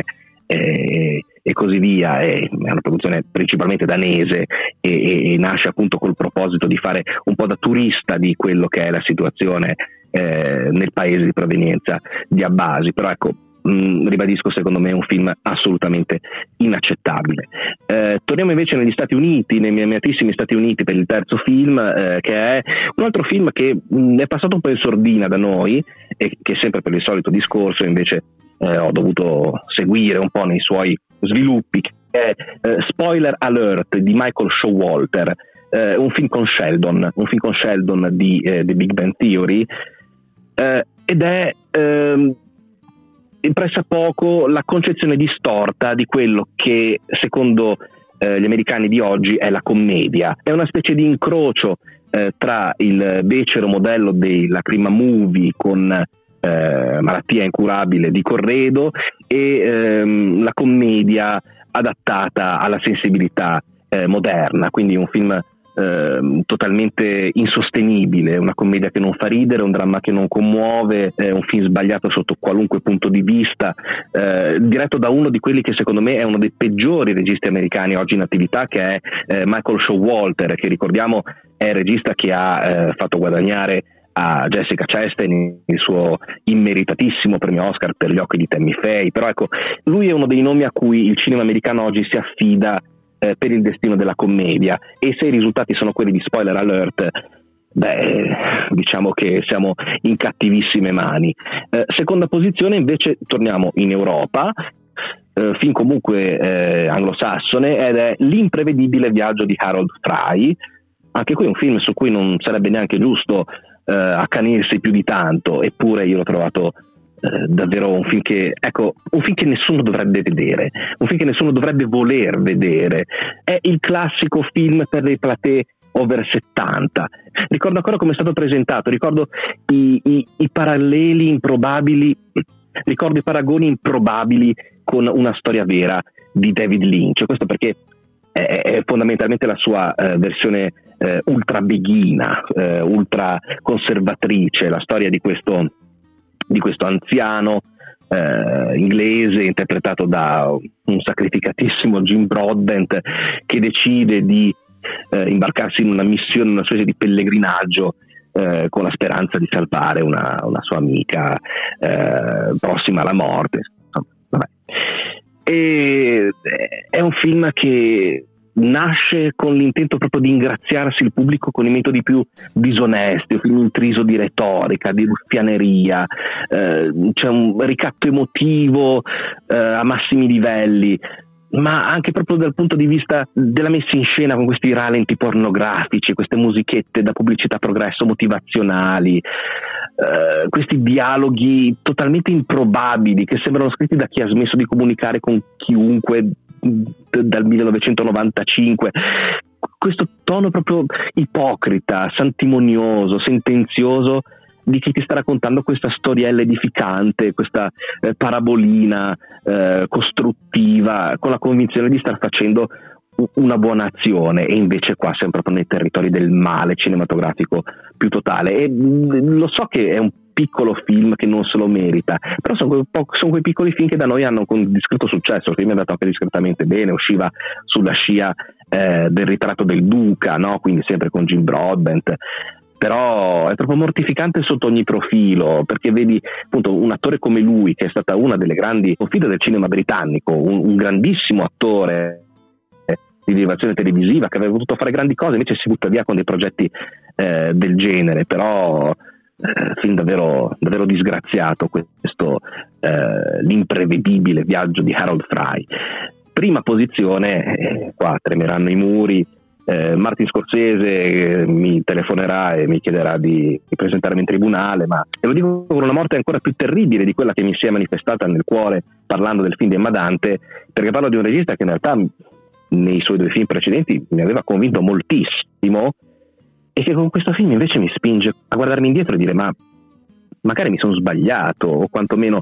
e così via. È una produzione principalmente danese e nasce appunto col proposito di fare un po' da turista di quello che è la situazione nel paese di provenienza di Abbasi. Però ecco, ribadisco, secondo me è un film assolutamente inaccettabile. Torniamo invece negli Stati Uniti, nei miei amatissimi Stati Uniti, per il terzo film, che è un altro film che è passato un po' in sordina da noi e che sempre per il solito discorso invece ho dovuto seguire un po' nei suoi sviluppi, che è Spoiler Alert di Michael Showalter, un film con Sheldon di The Big Bang Theory, ed è pressappoco la concezione distorta di quello che secondo gli americani di oggi è la commedia. È una specie di incrocio tra il becero modello dei Lacrima Movie con Malattia incurabile di Corredo e la commedia adattata alla sensibilità moderna, quindi un film totalmente insostenibile, una commedia che non fa ridere, un dramma che non commuove, un film sbagliato sotto qualunque punto di vista, diretto da uno di quelli che secondo me è uno dei peggiori registi americani oggi in attività, che è Michael Showalter, che ricordiamo è il regista che ha fatto guadagnare a Jessica Chastain il suo immeritatissimo premio Oscar per Gli occhi di Tammy Faye. Però ecco, lui è uno dei nomi a cui il cinema americano oggi si affida per il destino della commedia, e se i risultati sono quelli di Spoiler Alert, diciamo che siamo in cattivissime mani. Seconda posizione invece, torniamo in Europa, film comunque anglosassone, ed è L'imprevedibile viaggio di Harold Fry. Anche qui un film su cui non sarebbe neanche giusto accanirsi più di tanto, eppure io l'ho trovato davvero un film che nessuno dovrebbe vedere, un film che nessuno dovrebbe voler vedere. È il classico film per le platee over 70. Ricordo ancora come è stato presentato, ricordo i paralleli improbabili, ricordo i paragoni improbabili con una storia vera di David Lynch. Questo perché è fondamentalmente la sua versione ultra beghina, ultra conservatrice, la storia di questo anziano inglese interpretato da un sacrificatissimo Jim Broadbent, che decide di imbarcarsi in una missione, una specie di pellegrinaggio con la speranza di salvare una sua amica prossima alla morte. Vabbè. E è un film che nasce con l'intento proprio di ingraziarsi il pubblico con i metodi più disonesti, un film intriso di retorica, di ruffianeria, c'è un ricatto emotivo a massimi livelli, ma anche proprio dal punto di vista della messa in scena, con questi ralenti pornografici, queste musichette da pubblicità progresso motivazionali, questi dialoghi totalmente improbabili che sembrano scritti da chi ha smesso di comunicare con chiunque dal 1995, questo tono proprio ipocrita, santimonioso, sentenzioso di chi ti sta raccontando questa storiella edificante, questa parabolina costruttiva, con la convinzione di star facendo una buona azione, e invece qua siamo proprio nei territori del male cinematografico più totale. E lo so che è un piccolo film che non se lo merita, però sono quei piccoli film che da noi hanno con discreto successo. Il film è andato anche discretamente bene, usciva sulla scia del Ritratto del Duca, no? Quindi sempre con Jim Broadbent, però è troppo mortificante sotto ogni profilo, perché vedi appunto un attore come lui, che è stata una delle grandi sconfitte del cinema britannico, un grandissimo attore di derivazione televisiva che aveva potuto fare grandi cose, invece si butta via con dei progetti del genere. Però film davvero, davvero disgraziato questo L'imprevedibile viaggio di Harold Fry. Prima posizione, qua tremeranno i muri, Martin Scorsese mi telefonerà e mi chiederà di presentarmi in tribunale, ma e lo dico con una morte ancora più terribile di quella che mi si è manifestata nel cuore parlando del film di Emma Dante, perché parlo di un regista che in realtà nei suoi due film precedenti mi aveva convinto moltissimo, e che con questo film invece mi spinge a guardarmi indietro e dire ma magari mi sono sbagliato, o quantomeno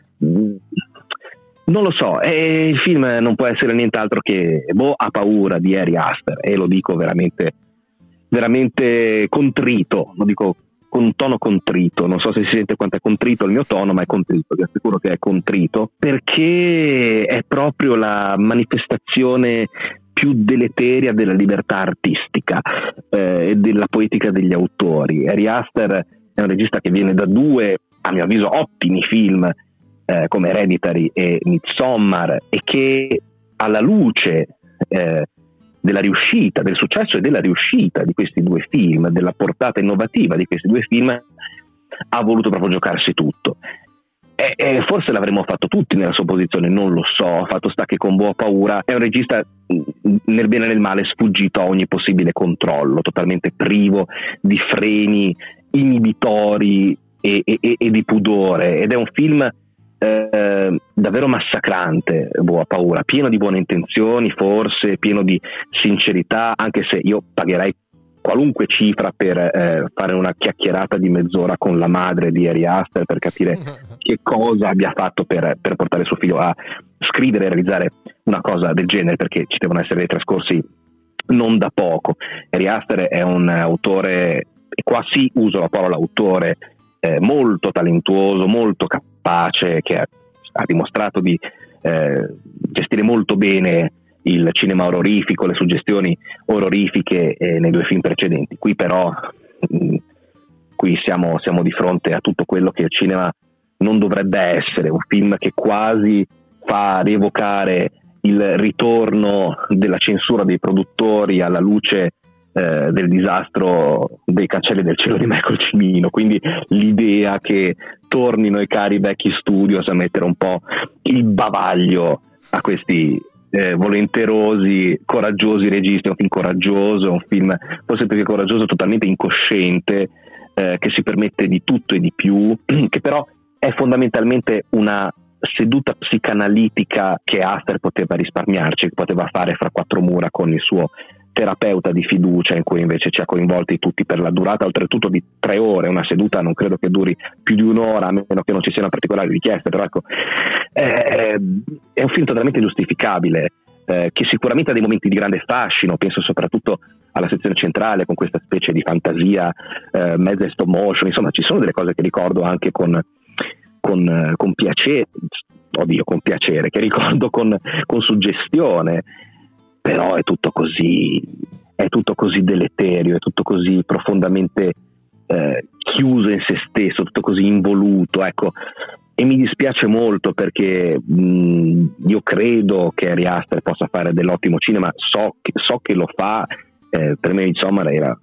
non lo so. E il film non può essere nient'altro che Ha paura di Ari Aster, e lo dico veramente veramente contrito, lo dico con un tono contrito. Non so se si sente quanto è contrito il mio tono, ma è contrito, vi assicuro che è contrito, perché è proprio la manifestazione più deleteria della libertà artistica e della poetica degli autori. Ari Aster è un regista che viene da due, a mio avviso, ottimi film come Hereditary e Midsommar, e che alla luce della riuscita, del successo e della riuscita di questi due film, della portata innovativa di questi due film, ha voluto proprio giocarsi tutto. E forse l'avremmo fatto tutti nella sua posizione, non lo so. Fatto sta che con Boa Paura è un regista nel bene e nel male sfuggito a ogni possibile controllo, totalmente privo di freni inibitori e di pudore, ed è un film davvero massacrante, Boa Paura, pieno di buone intenzioni, forse pieno di sincerità, anche se io pagherei qualunque cifra per fare una chiacchierata di mezz'ora con la madre di Ari Aster per capire che cosa abbia fatto per portare suo figlio a scrivere e realizzare una cosa del genere, perché ci devono essere dei trascorsi non da poco. Ari Aster è un autore, e qua sì uso la parola autore, molto talentuoso, molto capace, che ha dimostrato di gestire molto bene il cinema orrorifico, le suggestioni orrorifiche nei 2 film precedenti. Qui però qui siamo di fronte a tutto quello che il cinema non dovrebbe essere, un film che quasi fa rievocare il ritorno della censura dei produttori alla luce del disastro dei Cancelli del cielo di Michael Cimino, quindi l'idea che tornino i cari vecchi studios a mettere un po' il bavaglio a questi volenterosi, coraggiosi registi. È un film coraggioso, è un film forse più che coraggioso totalmente incosciente, che si permette di tutto e di più, che però è fondamentalmente una seduta psicanalitica che Aster poteva risparmiarci, che poteva fare fra 4 mura con il suo terapeuta di fiducia, in cui invece ci ha coinvolti tutti per la durata oltretutto di 3 ore. Una seduta non credo che duri più di 1 ora, a meno che non ci siano particolari richieste, però ecco, è un film totalmente giustificabile, che sicuramente ha dei momenti di grande fascino. Penso soprattutto alla sezione centrale con questa specie di fantasia mezza stop motion, insomma ci sono delle cose che ricordo anche con piacere, con piacere, che ricordo con suggestione, però è tutto così deleterio, è tutto così profondamente chiuso in se stesso, tutto così involuto, ecco. E mi dispiace molto, perché io credo che Ari Aster possa fare dell'ottimo cinema, so che lo fa. Per me Midsommar è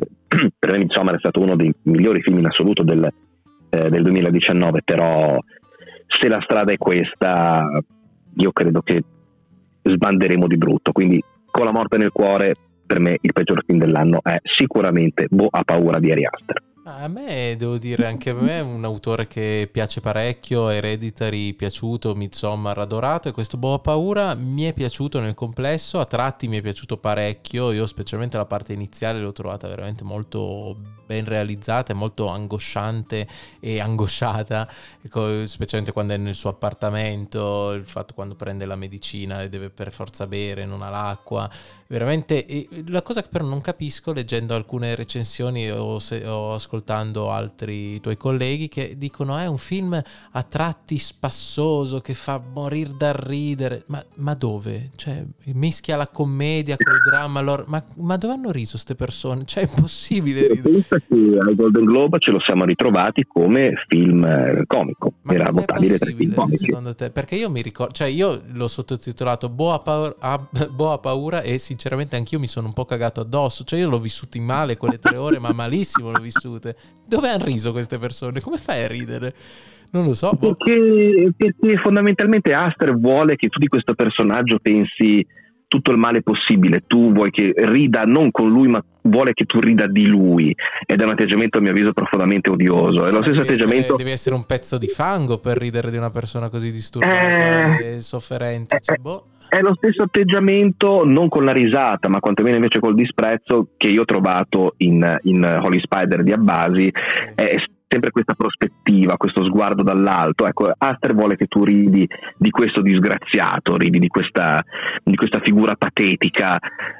stato uno dei migliori film in assoluto del 2019, però se la strada è questa io credo che sbanderemo di brutto. Quindi Con la morte nel cuore, per me il peggior film dell'anno è sicuramente Boa Paura di Ari Aster. A me, devo dire, anche a me è un autore che piace parecchio. Hereditary piaciuto, Midsommar adorato, e questo Boa Paura mi è piaciuto nel complesso, a tratti mi è piaciuto parecchio. Io specialmente la parte iniziale l'ho trovata veramente molto ben realizzata e molto angosciante e angosciata, specialmente quando è nel suo appartamento, il fatto quando prende la medicina e deve per forza bere, non ha l'acqua, veramente. E la cosa che però non capisco, leggendo alcune recensioni o ascoltando altri tuoi colleghi, che dicono è un film a tratti spassoso che fa morire dal ridere, ma dove? Cioè mischia la commedia col dramma, ma dove hanno riso ste persone? Cioè è impossibile ridere. Pensa che ai Golden Globe ce lo siamo ritrovati come film comico, ma era votabile tra i film comici. Secondo te? Perché io mi ricordo, cioè io l'ho sottotitolato Boa Paura e sinceramente anch'io mi sono un po' cagato addosso, cioè io l'ho vissuto in male quelle 3 ore, ma malissimo l'ho vissute. Dove hanno riso queste persone? Come fai a ridere? Non lo so. Perché fondamentalmente Aster vuole che tu di questo personaggio pensi tutto il male possibile. Tu vuoi che rida non con lui, ma vuole che tu rida di lui, ed è un atteggiamento a mio avviso profondamente odioso. È lo stesso atteggiamento. Devi essere un pezzo di fango per ridere di una persona così disturbata e sofferente. È lo stesso atteggiamento, non con la risata, ma quantomeno invece col disprezzo, che io ho trovato in Holy Spider di Abbasi. È sempre questa prospettiva, questo sguardo dall'alto. Ecco, Aster vuole che tu ridi di questo disgraziato, ridi di questa figura patetica,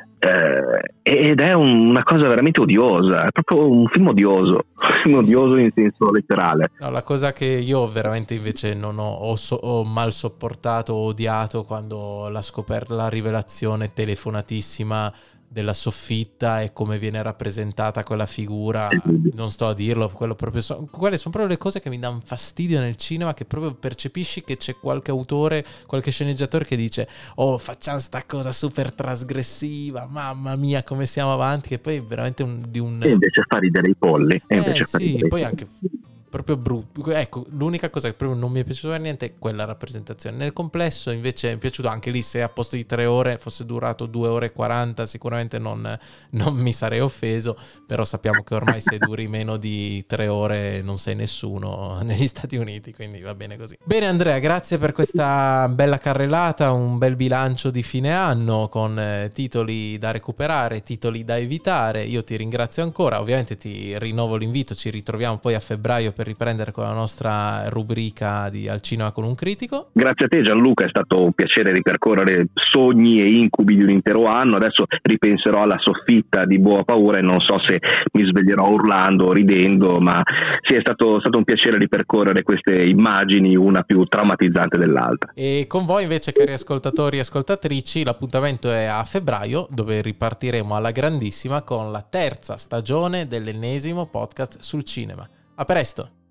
ed è una cosa veramente odiosa. È proprio un film odioso in senso letterale. No, la cosa che io veramente invece non ho mal sopportato, ho odiato, quando l'ha scoperta la rivelazione telefonatissima della soffitta e come viene rappresentata quella figura. Non sto a dirlo, quelle sono proprio le cose che mi danno fastidio nel cinema, che proprio percepisci che c'è qualche autore, qualche sceneggiatore che dice oh, facciamo sta cosa super trasgressiva, mamma mia come siamo avanti, che poi è veramente e invece fa ridere i polli, sì, poi anche proprio brutto. Ecco, l'unica cosa che proprio non mi è piaciuta per niente è quella rappresentazione. Nel complesso invece mi è piaciuto, anche lì, se a posto di 3 ore fosse durato 2 ore e 40 sicuramente non mi sarei offeso, però sappiamo che ormai se duri meno di 3 ore non sei nessuno negli Stati Uniti, quindi va bene così. Bene Andrea, grazie per questa bella carrellata, un bel bilancio di fine anno con titoli da recuperare, titoli da evitare. Io ti ringrazio ancora, ovviamente ti rinnovo l'invito, ci ritroviamo poi a febbraio per riprendere con la nostra rubrica di Al Cinema con un critico. Grazie a te Gianluca, è stato un piacere ripercorrere sogni e incubi di un intero anno. Adesso ripenserò alla soffitta di Boa Paura e non so se mi sveglierò urlando o ridendo, ma sì, è stato un piacere ripercorrere queste immagini, una più traumatizzante dell'altra. E con voi invece, cari ascoltatori e ascoltatrici, l'appuntamento è a febbraio, dove ripartiremo alla grandissima con la terza stagione dell'ennesimo podcast sul cinema. A presto!